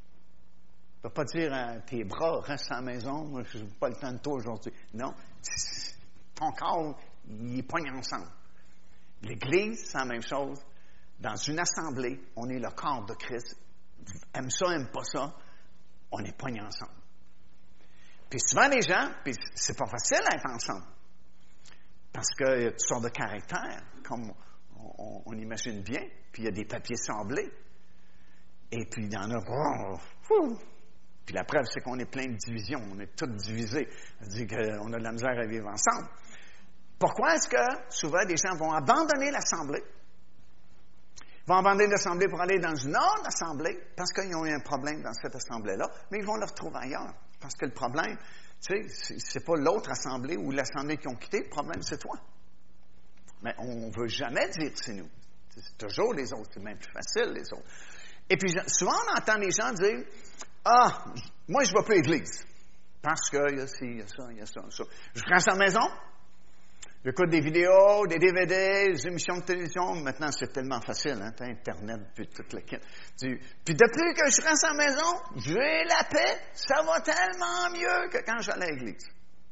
Tu ne peux pas dire à tes bras, reste à la maison, je n'ai pas le temps de toi aujourd'hui. Non, ton corps, il est pogné ensemble. L'Église, c'est la même chose. Dans une assemblée, on est le corps de Christ. Aime ça, aime pas ça, on est pognés ensemble. Puis souvent, les gens, puis c'est pas facile d'être ensemble. Parce qu'il y a toutes sortes de caractères, comme on imagine bien, puis il y a des papiers sablés. Et puis il y en a... Puis la preuve, c'est qu'on est plein de divisions, on est tous divisés. Ça veut dire qu'on a de la misère à vivre ensemble. Pourquoi est-ce que souvent les gens vont abandonner l'assemblée? Ils vont abandonner l'assemblée pour aller dans une autre assemblée parce qu'ils ont eu un problème dans cette assemblée-là, mais ils vont le retrouver ailleurs. Parce que le problème, tu sais, c'est pas l'autre assemblée ou l'assemblée qu'ils ont quitté, le problème, c'est toi. Mais on ne veut jamais dire que c'est nous. C'est toujours les autres, c'est même plus facile, les autres. Et puis, souvent, on entend les gens dire « Ah, moi, je ne vais plus à l'église. Parce qu'il y a ci, il y a ça, il y a ça, ça. Je reste à la maison. J'écoute des vidéos, des DVD, des émissions de télévision. Maintenant, c'est tellement facile, hein? T'as Internet, puis toute la kit. Puis depuis que je reste à la maison, j'ai la paix. Ça va tellement mieux que quand j'allais à l'église.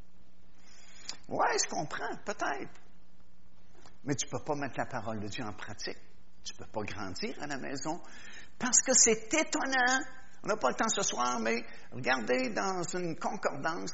Ouais, je comprends, peut-être. Mais tu ne peux pas mettre la parole de Dieu en pratique. Tu ne peux pas grandir à la maison. Parce que c'est étonnant. On n'a pas le temps ce soir, mais regardez dans une concordance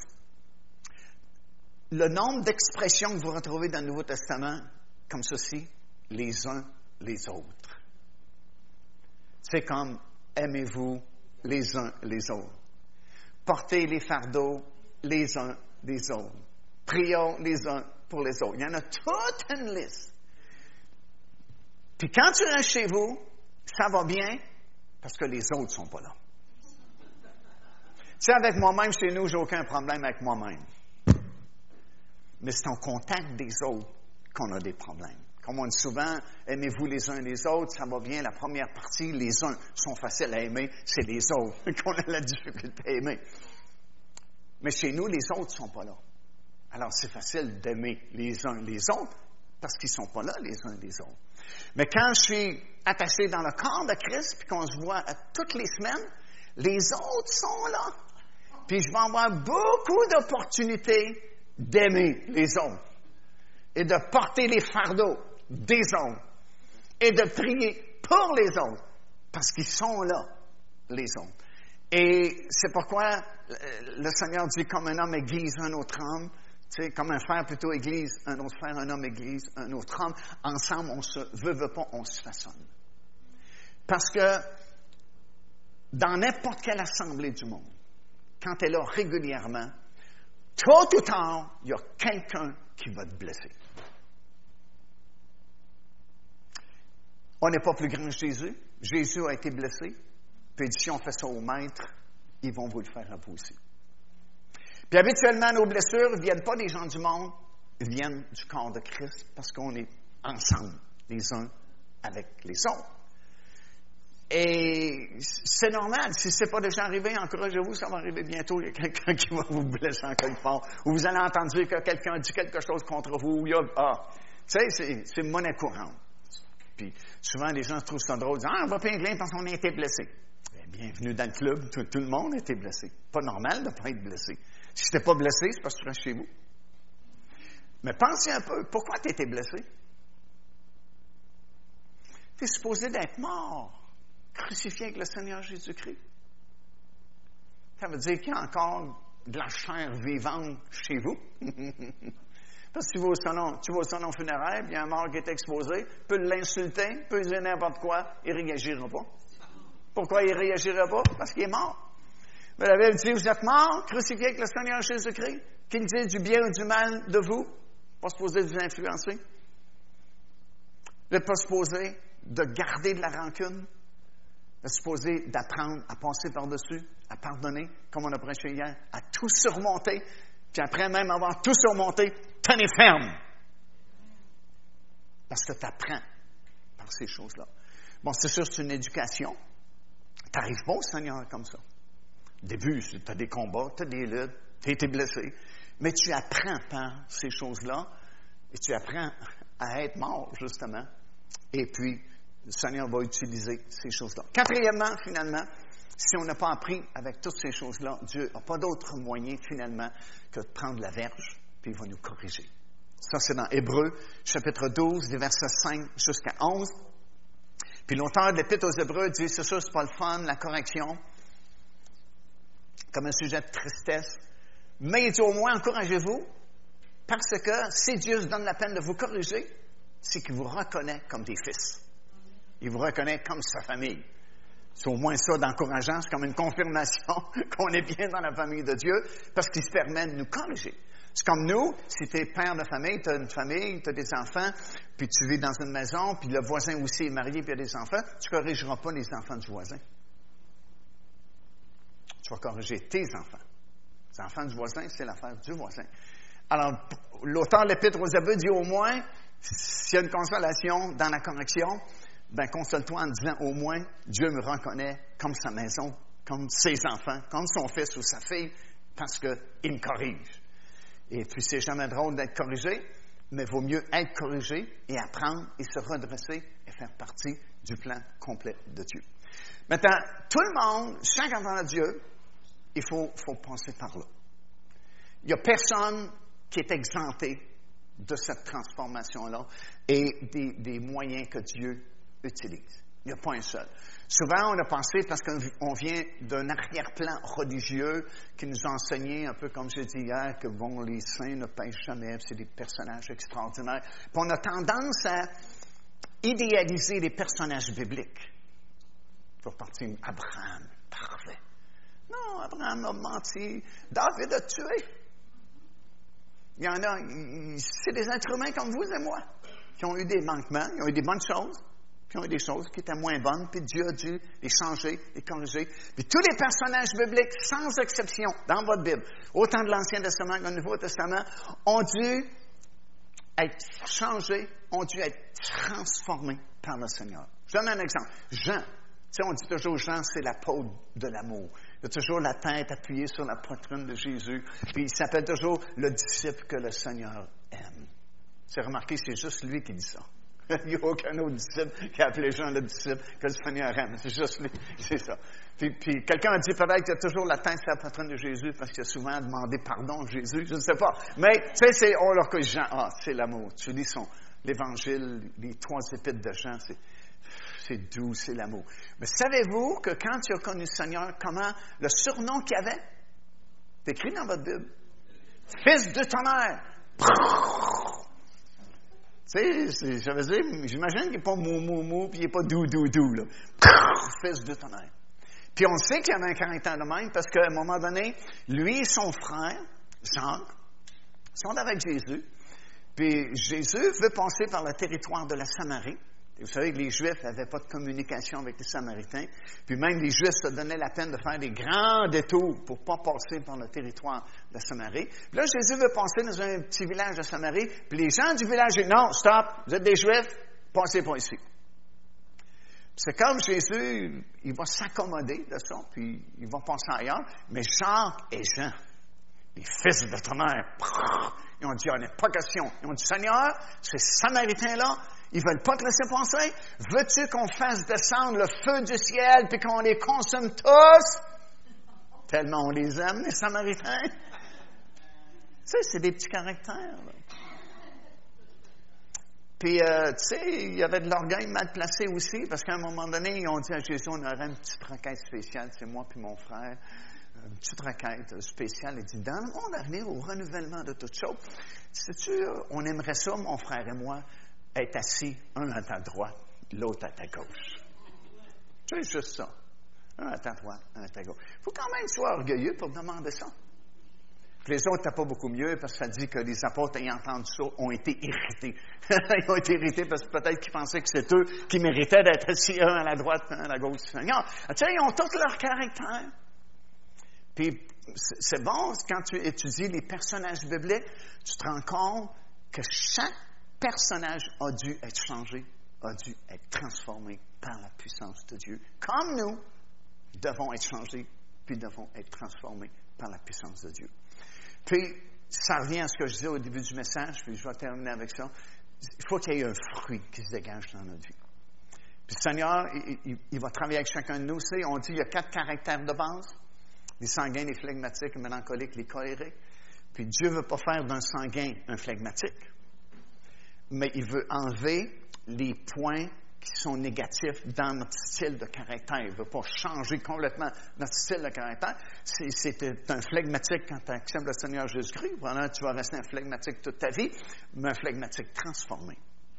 le nombre d'expressions que vous retrouvez dans le Nouveau Testament, comme ceci, les uns les autres. C'est comme aimez-vous les uns les autres. Portez les fardeaux les uns des autres. Prions les uns pour les autres. Il y en a toute une liste. Puis quand tu restes chez vous, ça va bien parce que les autres ne sont pas là. Tu sais, avec moi-même, chez nous, j'ai aucun problème avec moi-même. Mais c'est en contact des autres qu'on a des problèmes. Comme on dit souvent, aimez-vous les uns les autres, ça va bien. La première partie, les uns sont faciles à aimer, c'est les autres qu'on a la difficulté à aimer. Mais chez nous, les autres ne sont pas là. Alors, c'est facile d'aimer les uns les autres parce qu'ils ne sont pas là, les uns les autres. Mais quand je suis attaché dans le corps de Christ, puis qu'on se voit toutes les semaines, les autres sont là. puis je vais avoir beaucoup d'opportunités d'aimer les autres et de porter les fardeaux des autres et de prier pour les autres parce qu'ils sont là, les autres. Et c'est pourquoi le Seigneur dit comme un homme aiguise un autre homme, tu sais, comme un frère plutôt église, un autre frère, un homme église, un autre homme. Ensemble, on se veut pas, on se façonne. Parce que dans n'importe quelle assemblée du monde, quand elle est là régulièrement, tôt ou tard, il y a quelqu'un qui va te blesser. On n'est pas plus grand que Jésus. Jésus a été blessé. Puis si on fait ça au maître, ils vont vous le faire à vous aussi. Puis habituellement, nos blessures ne viennent pas des gens du monde, ils viennent du corps de Christ parce qu'on est ensemble, les uns avec les autres. Et c'est normal. Si ce n'est pas déjà arrivé, encouragez-vous, ça va arriver bientôt. Il y a quelqu'un qui va vous blesser en quelque part. Ou vous allez entendre dire que quelqu'un a dit quelque chose contre vous. Ou il y a, tu sais, c'est monnaie courante. Puis souvent, les gens se trouvent ça drôle. Ils disent, on va plaindre parce qu'on a été blessé. Bienvenue dans le club. Tout le monde a été blessé. Pas normal de ne pas être blessé. Si tu n'es pas blessé, c'est parce que tu restes chez vous. Mais pensez un peu. Pourquoi tu as été blessé? Tu es supposé d'être mort. Crucifié avec le Seigneur Jésus-Christ. Ça veut dire qu'il y a encore de la chair vivante chez vous. Parce que tu vas au salon funéraire, puis il y a un mort qui est exposé, peut l'insulter, peut dire n'importe quoi, il ne réagira pas. Pourquoi il ne réagira pas? Parce qu'il est mort. Mais la Bible dit, vous êtes mort, crucifié avec le Seigneur Jésus-Christ, qu'il dise du bien ou du mal de vous, pas supposé de vous influencer. Vous n'êtes pas supposé de garder de la rancune. Vous êtes supposé d'apprendre à passer par-dessus, à pardonner, comme on a prêché hier, à tout surmonter, puis après même avoir tout surmonté, tenez ferme. Parce que tu apprends par ces choses-là. Bon, c'est sûr, c'est une éducation. Tu n'arrives pas au Seigneur comme ça. Au début, tu as des combats, tu as des luttes, tu as été blessé. Mais tu apprends par ces choses-là et tu apprends à être mort, justement. Et puis, le Seigneur va utiliser ces choses-là. Quatrièmement, finalement, si on n'a pas appris avec toutes ces choses-là, Dieu n'a pas d'autre moyen, finalement, que de prendre la verge, puis il va nous corriger. Ça, c'est dans Hébreux, chapitre 12, des versets 5 jusqu'à 11. Puis l'auteur de l'Épître aux Hébreux dit, c'est sûr, c'est pas le fun, la correction, comme un sujet de tristesse. Mais il dit, au moins, encouragez-vous, parce que si Dieu se donne la peine de vous corriger, c'est qu'il vous reconnaît comme des fils. Il vous reconnaît comme sa famille. C'est au moins ça d'encourageant, c'est comme une confirmation qu'on est bien dans la famille de Dieu, parce qu'il se permet de nous corriger. C'est comme nous, si tu es père de famille, tu as une famille, tu as des enfants, puis tu vis dans une maison, puis le voisin aussi est marié, puis il a des enfants, tu ne corrigeras pas les enfants du voisin. Tu vas corriger tes enfants. Les enfants du voisin, c'est l'affaire du voisin. Alors, l'auteur de l'Épître aux Hébreux dit au moins, s'il y a une consolation dans la correction, ben console-toi en disant au moins, Dieu me reconnaît comme sa maison, comme ses enfants, comme son fils ou sa fille, parce qu'il me corrige. Et puis, c'est jamais drôle d'être corrigé, mais il vaut mieux être corrigé et apprendre et se redresser et faire partie du plan complet de Dieu. Maintenant, tout le monde, chaque enfant de Dieu, il faut passer par là. Il n'y a personne qui est exempté de cette transformation-là et des moyens que Dieu utilise. Il n'y a pas un seul. Souvent, on a pensé, parce qu'on vient d'un arrière-plan religieux qui nous a enseigné, un peu comme j'ai dit hier, que bon, les saints ne pêchent jamais, c'est des personnages extraordinaires. Puis on a tendance à idéaliser les personnages bibliques. Pour partir, Abraham, parfait. Non, Abraham a menti. David a tué. Il y en a, c'est des êtres humains comme vous et moi, qui ont eu des manquements, ils ont eu des bonnes choses, puis ont eu des choses qui étaient moins bonnes, puis Dieu a dû les changer, les corriger. Puis tous les personnages bibliques, sans exception, dans votre Bible, autant de l'Ancien Testament que du Nouveau Testament, ont dû être changés, ont dû être transformés par le Seigneur. Je donne un exemple. Jean, tu sais, on dit toujours Jean, c'est l'apôtre de l'amour. Il a toujours la tête appuyée sur la poitrine de Jésus, puis il s'appelle toujours le disciple que le Seigneur aime. Tu as remarqué, c'est juste lui qui dit ça. Il n'y a aucun autre disciple qui a appelé Jean le disciple que le Seigneur aime. C'est juste lui, c'est ça. Puis quelqu'un a dit peut-être qu'il y a toujours la tête sur la poitrine de Jésus parce qu'il a souvent demandé pardon à Jésus, je ne sais pas. Mais, tu sais, on leur dit Jean, c'est l'amour. Tu lis l'Évangile, les 3 épîtres de Jean, c'est doux, c'est l'amour. Mais savez-vous que quand tu as connu le Seigneur, comment le surnom qu'il avait, c'est écrit dans votre Bible, Fils de tonnerre. Tu sais, je veux dire, j'imagine qu'il n'est pas mou, puis il n'est pas doux, là. Fils de tonnerre. Puis on sait qu'il y avait un caractère de même, parce qu'à un moment donné, lui et son frère, Jacques, sont avec Jésus. Puis Jésus veut passer par le territoire de la Samarie. Et vous savez que les Juifs n'avaient pas de communication avec les Samaritains. Puis même les Juifs se donnaient la peine de faire des grands détours pour ne pas passer par le territoire de la Samarie. Puis là, Jésus veut passer dans un petit village de Samarie. Puis les gens du village disent, non, stop, vous êtes des Juifs, passez pas ici. Puis c'est comme Jésus, il va s'accommoder de ça, puis il va passer ailleurs. Mais Jacques et Jean, les fils de tonnerre, ils ont dit, on n'est pas question. Ils ont dit, Seigneur, ces Samaritains-là, ils ne veulent pas te laisser passer. Veux-tu qu'on fasse descendre le feu du ciel puis qu'on les consomme tous? Tellement on les aime, les Samaritains. Tu sais, c'est des petits caractères. Là. Puis, tu sais, il y avait de l'orgueil mal placé aussi, parce qu'à un moment donné, ils ont dit à Jésus, on aurait une petite requête spéciale, c'est moi puis mon frère. Une petite requête spéciale. Il dit, dans le monde à venir, au renouvellement de toutes choses, sais-tu, on aimerait ça, mon frère et moi, être assis, un à ta droite, l'autre à ta gauche. C'est juste ça. Un à ta droite, un à ta gauche. Il faut quand même que tu sois orgueilleux pour demander ça. Puis les autres n'étaient pas beaucoup mieux parce que ça dit que les apôtres, ayant entendu ça, ont été irrités. Ils ont été irrités parce que peut-être qu'ils pensaient que c'est eux qui méritaient d'être assis, un à la droite, un à la gauche du Seigneur. Tu sais, ils ont tous leur caractère. Puis c'est bon, quand tu étudies les personnages bibliques, tu te rends compte que chaque personnage a dû être changé, a dû être transformé par la puissance de Dieu. Comme nous devons être changés, puis devons être transformés par la puissance de Dieu. Puis, ça revient à ce que je disais au début du message, puis je vais terminer avec ça. Il faut qu'il y ait un fruit qui se dégage dans notre vie. Puis le Seigneur, il va travailler avec chacun de nous. On dit qu'il y a 4 caractères de base. Les sanguins, les flegmatiques, les mélancoliques, les colériques. Puis Dieu ne veut pas faire d'un sanguin un flegmatique, mais il veut enlever les points qui sont négatifs dans notre style de caractère. Il ne veut pas changer complètement notre style de caractère. C'est un flegmatique quand tu acceptes le Seigneur Jésus-Christ. Voilà, tu vas rester un flegmatique toute ta vie, mais un flegmatique transformé.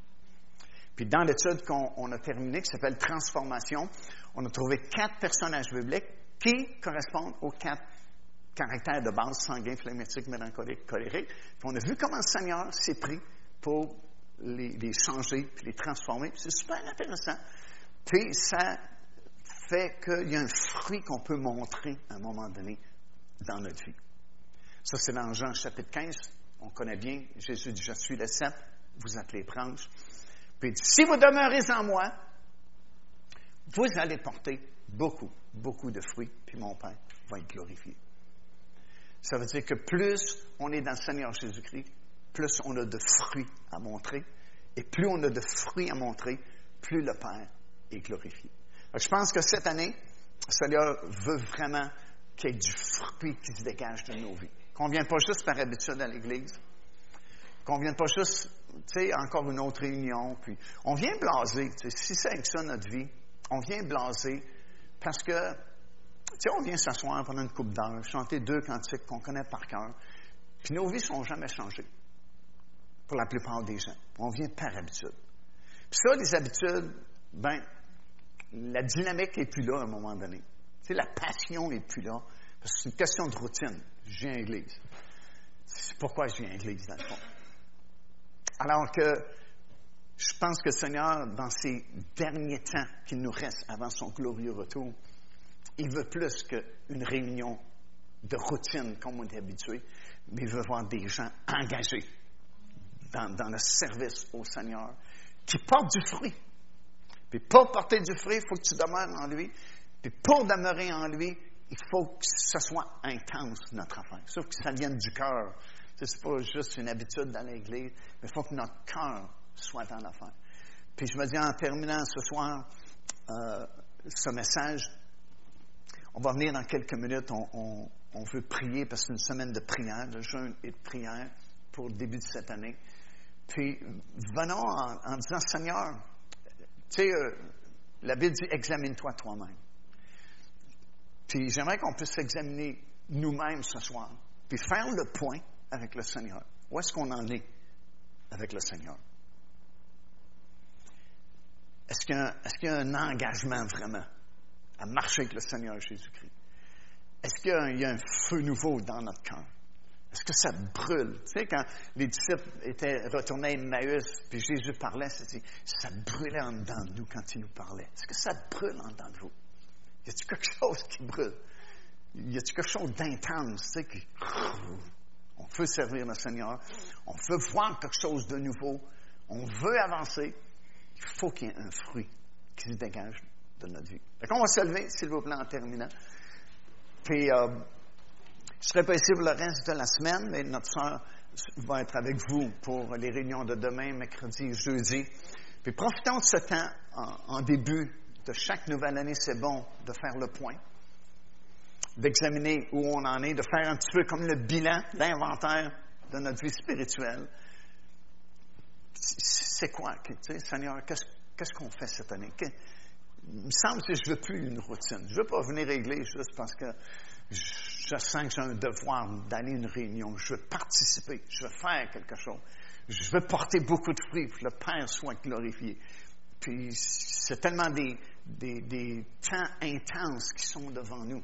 Puis dans l'étude qu'on a terminée, qui s'appelle Transformation, on a trouvé 4 personnages bibliques qui correspondent aux 4 caractères de base, sanguin, flegmatique, mélancolique, colérique. Puis on a vu comment le Seigneur s'est pris pour les changer puis les transformer. Puis c'est super intéressant. Puis ça fait qu'il y a un fruit qu'on peut montrer à un moment donné dans notre vie. Ça, c'est dans Jean chapitre 15. On connaît bien. Jésus dit, je suis le cep, vous êtes les branches. Puis il dit, si vous demeurez en moi, vous allez porter beaucoup, beaucoup de fruits, puis mon Père va être glorifié. Ça veut dire que plus on est dans le Seigneur Jésus-Christ, plus on a de fruits à montrer. Et plus on a de fruits à montrer, plus le Père est glorifié. Donc, je pense que cette année, le Seigneur veut vraiment qu'il y ait du fruit qui se dégage de nos vies. Qu'on ne vienne pas juste par habitude à l'Église. Qu'on ne vienne pas juste, tu sais, encore une autre réunion. Puis on vient blaser. Si c'est avec ça notre vie, on vient blaser parce que, tu sais, on vient s'asseoir pendant une couple d'heures, chanter 2 cantiques qu'on connaît par cœur. Puis nos vies ne sont jamais changées. Pour la plupart des gens. On vient par habitude. Puis ça, les habitudes, ben, la dynamique n'est plus là à un moment donné. Tu sais, la passion n'est plus là. Parce que c'est une question de routine. Je viens à l'église. C'est pourquoi je viens à l'église, dans le fond. Alors que je pense que le Seigneur, dans ces derniers temps qu'il nous reste avant son glorieux retour, il veut plus qu'une réunion de routine comme on est habitué, mais il veut voir des gens engagés dans le service au Seigneur, qui portent du fruit. Puis pour porter du fruit, il faut que tu demeures en lui. Puis pour demeurer en lui, il faut que ce soit intense, notre affaire. Sauf que ça vienne du cœur. C'est pas juste une habitude dans l'Église, mais il faut que notre cœur soit dans l'affaire. Puis je me dis, en terminant ce soir, ce message, On va venir dans quelques minutes. On veut prier parce que c'est une semaine de prière, de jeûne et de prière pour le début de cette année. Puis, venons en disant, Seigneur, tu sais, la Bible dit, examine-toi toi-même. Puis, j'aimerais qu'on puisse s'examiner nous-mêmes ce soir, puis faire le point avec le Seigneur. Où est-ce qu'on en est avec le Seigneur? Est-ce qu'il y a un engagement vraiment à marcher avec le Seigneur Jésus-Christ? Est-ce qu'il y a un feu nouveau dans notre cœur? Est-ce que ça brûle? Tu sais, quand les disciples étaient retournés à Emmaüs, puis Jésus parlait, ça brûlait en dedans de nous quand il nous parlait. Est-ce que ça brûle en dedans de vous? Y a-t-il quelque chose qui brûle? Y a-t-il quelque chose d'intense, tu sais, on veut servir le Seigneur, on veut voir quelque chose de nouveau, on veut avancer. Il faut qu'il y ait un fruit qui se dégage de notre vie. Donc, on va se lever, s'il vous plaît, en terminant. Puis, je ne serai pas ici pour le reste de la semaine, mais notre soeur va être avec vous pour les réunions de demain, mercredi et jeudi. Puis, profitons de ce temps en début de chaque nouvelle année. C'est bon de faire le point, d'examiner où on en est, de faire un petit peu comme le bilan, l'inventaire de notre vie spirituelle. C'est quoi? Tu sais, Seigneur, qu'est-ce qu'on fait cette année? Il me semble que je ne veux plus une routine. Je ne veux pas venir à l'église juste parce que je sens que j'ai un devoir d'aller à une réunion. Je veux participer. Je veux faire quelque chose. Je veux porter beaucoup de fruits pour que le Père soit glorifié. Puis, c'est tellement des temps intenses qui sont devant nous.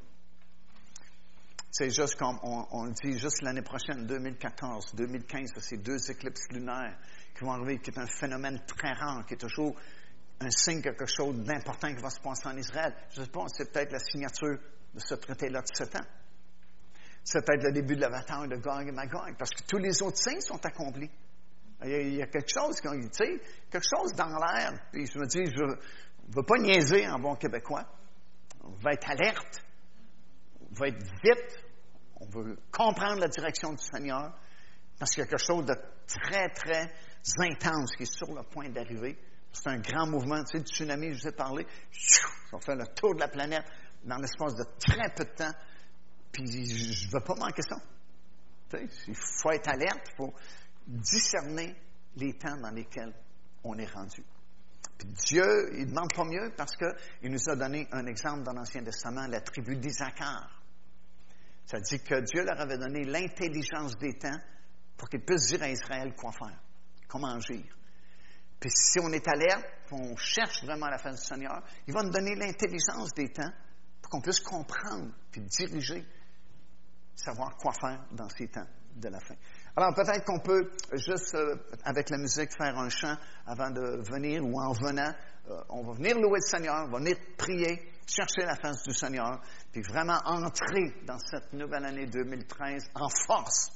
C'est juste comme on le dit, juste l'année prochaine, 2014, 2015, c'est 2 éclipses lunaires qui vont arriver, qui est un phénomène très rare, qui est toujours un signe quelque chose d'important qui va se passer en Israël. Je ne sais pas, c'est peut-être la signature de ce traité-là de 7 ans. C'est peut-être le début de la bataille de Gog et Magog, parce que tous les autres signes sont accomplis. Il y a quelque chose, tu sais, quelque chose dans l'air. Puis je me dis, je ne veux pas niaiser en bon québécois. On va être alerte. On va être vite. On veut comprendre la direction du Seigneur, parce qu'il y a quelque chose de très, très intense qui est sur le point d'arriver. C'est un grand mouvement, tu sais, du tsunami, je vous ai parlé. Ça fait le tour de la planète dans l'espace de très peu de temps. Puis je ne veux pas manquer ça. Tu sais, il faut être alerte, il faut discerner les temps dans lesquels on est rendu. Puis Dieu, il ne demande pas mieux parce qu'il nous a donné un exemple dans l'Ancien Testament, la tribu d'Isaacar. Ça dit que Dieu leur avait donné l'intelligence des temps pour qu'ils puissent dire à Israël quoi faire, comment agir. Puis si on est alerte, qu'on cherche vraiment la face du Seigneur, il va nous donner l'intelligence des temps pour qu'on puisse comprendre puis diriger, savoir quoi faire dans ces temps de la fin. Alors peut-être qu'on peut juste, avec la musique, faire un chant avant de venir ou en venant. On va venir louer le Seigneur, on va venir prier, chercher la face du Seigneur, puis vraiment entrer dans cette nouvelle année 2013 en force.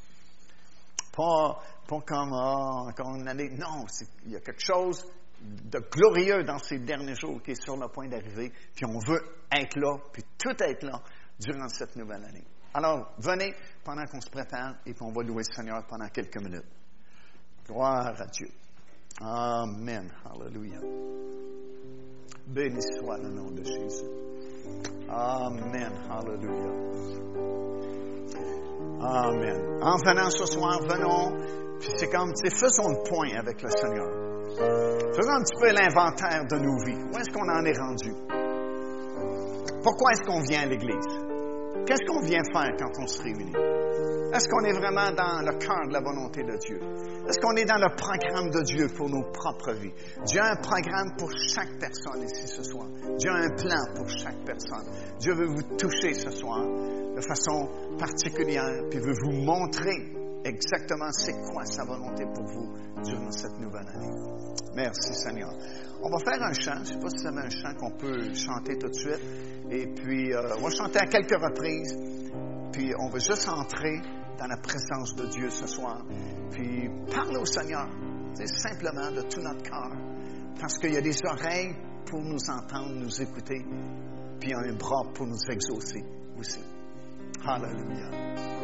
Pas comme encore une année. Non, il y a quelque chose de glorieux dans ces derniers jours qui est sur le point d'arriver. Puis on veut être là, puis tout être là durant cette nouvelle année. Alors, venez pendant qu'on se prépare et puis on va louer le Seigneur pendant quelques minutes. Gloire à Dieu. Amen. Hallelujah. Béni soit le nom de Jésus. Amen. Hallelujah. Amen. En venant ce soir, venons, puis c'est comme, tu sais, faisons le point avec le Seigneur. Faisons un petit peu l'inventaire de nos vies. Où est-ce qu'on en est rendu? Pourquoi est-ce qu'on vient à l'Église? Qu'est-ce qu'on vient faire quand on se réunit? Est-ce qu'on est vraiment dans le cœur de la volonté de Dieu? Est-ce qu'on est dans le programme de Dieu pour nos propres vies? Dieu a un programme pour chaque personne ici ce soir. Dieu a un plan pour chaque personne. Dieu veut vous toucher ce soir de façon particulière, puis veut vous montrer exactement c'est quoi sa volonté pour vous durant cette nouvelle année. Merci Seigneur. On va faire un chant. Je ne sais pas si vous avez un chant qu'on peut chanter tout de suite. Et puis, on va chanter à quelques reprises. Puis, on va juste entrer dans la présence de Dieu ce soir. Puis, parler au Seigneur, simplement de tout notre cœur. Parce qu'il y a des oreilles pour nous entendre, nous écouter. Puis, il y a un bras pour nous exaucer aussi. Hallelujah.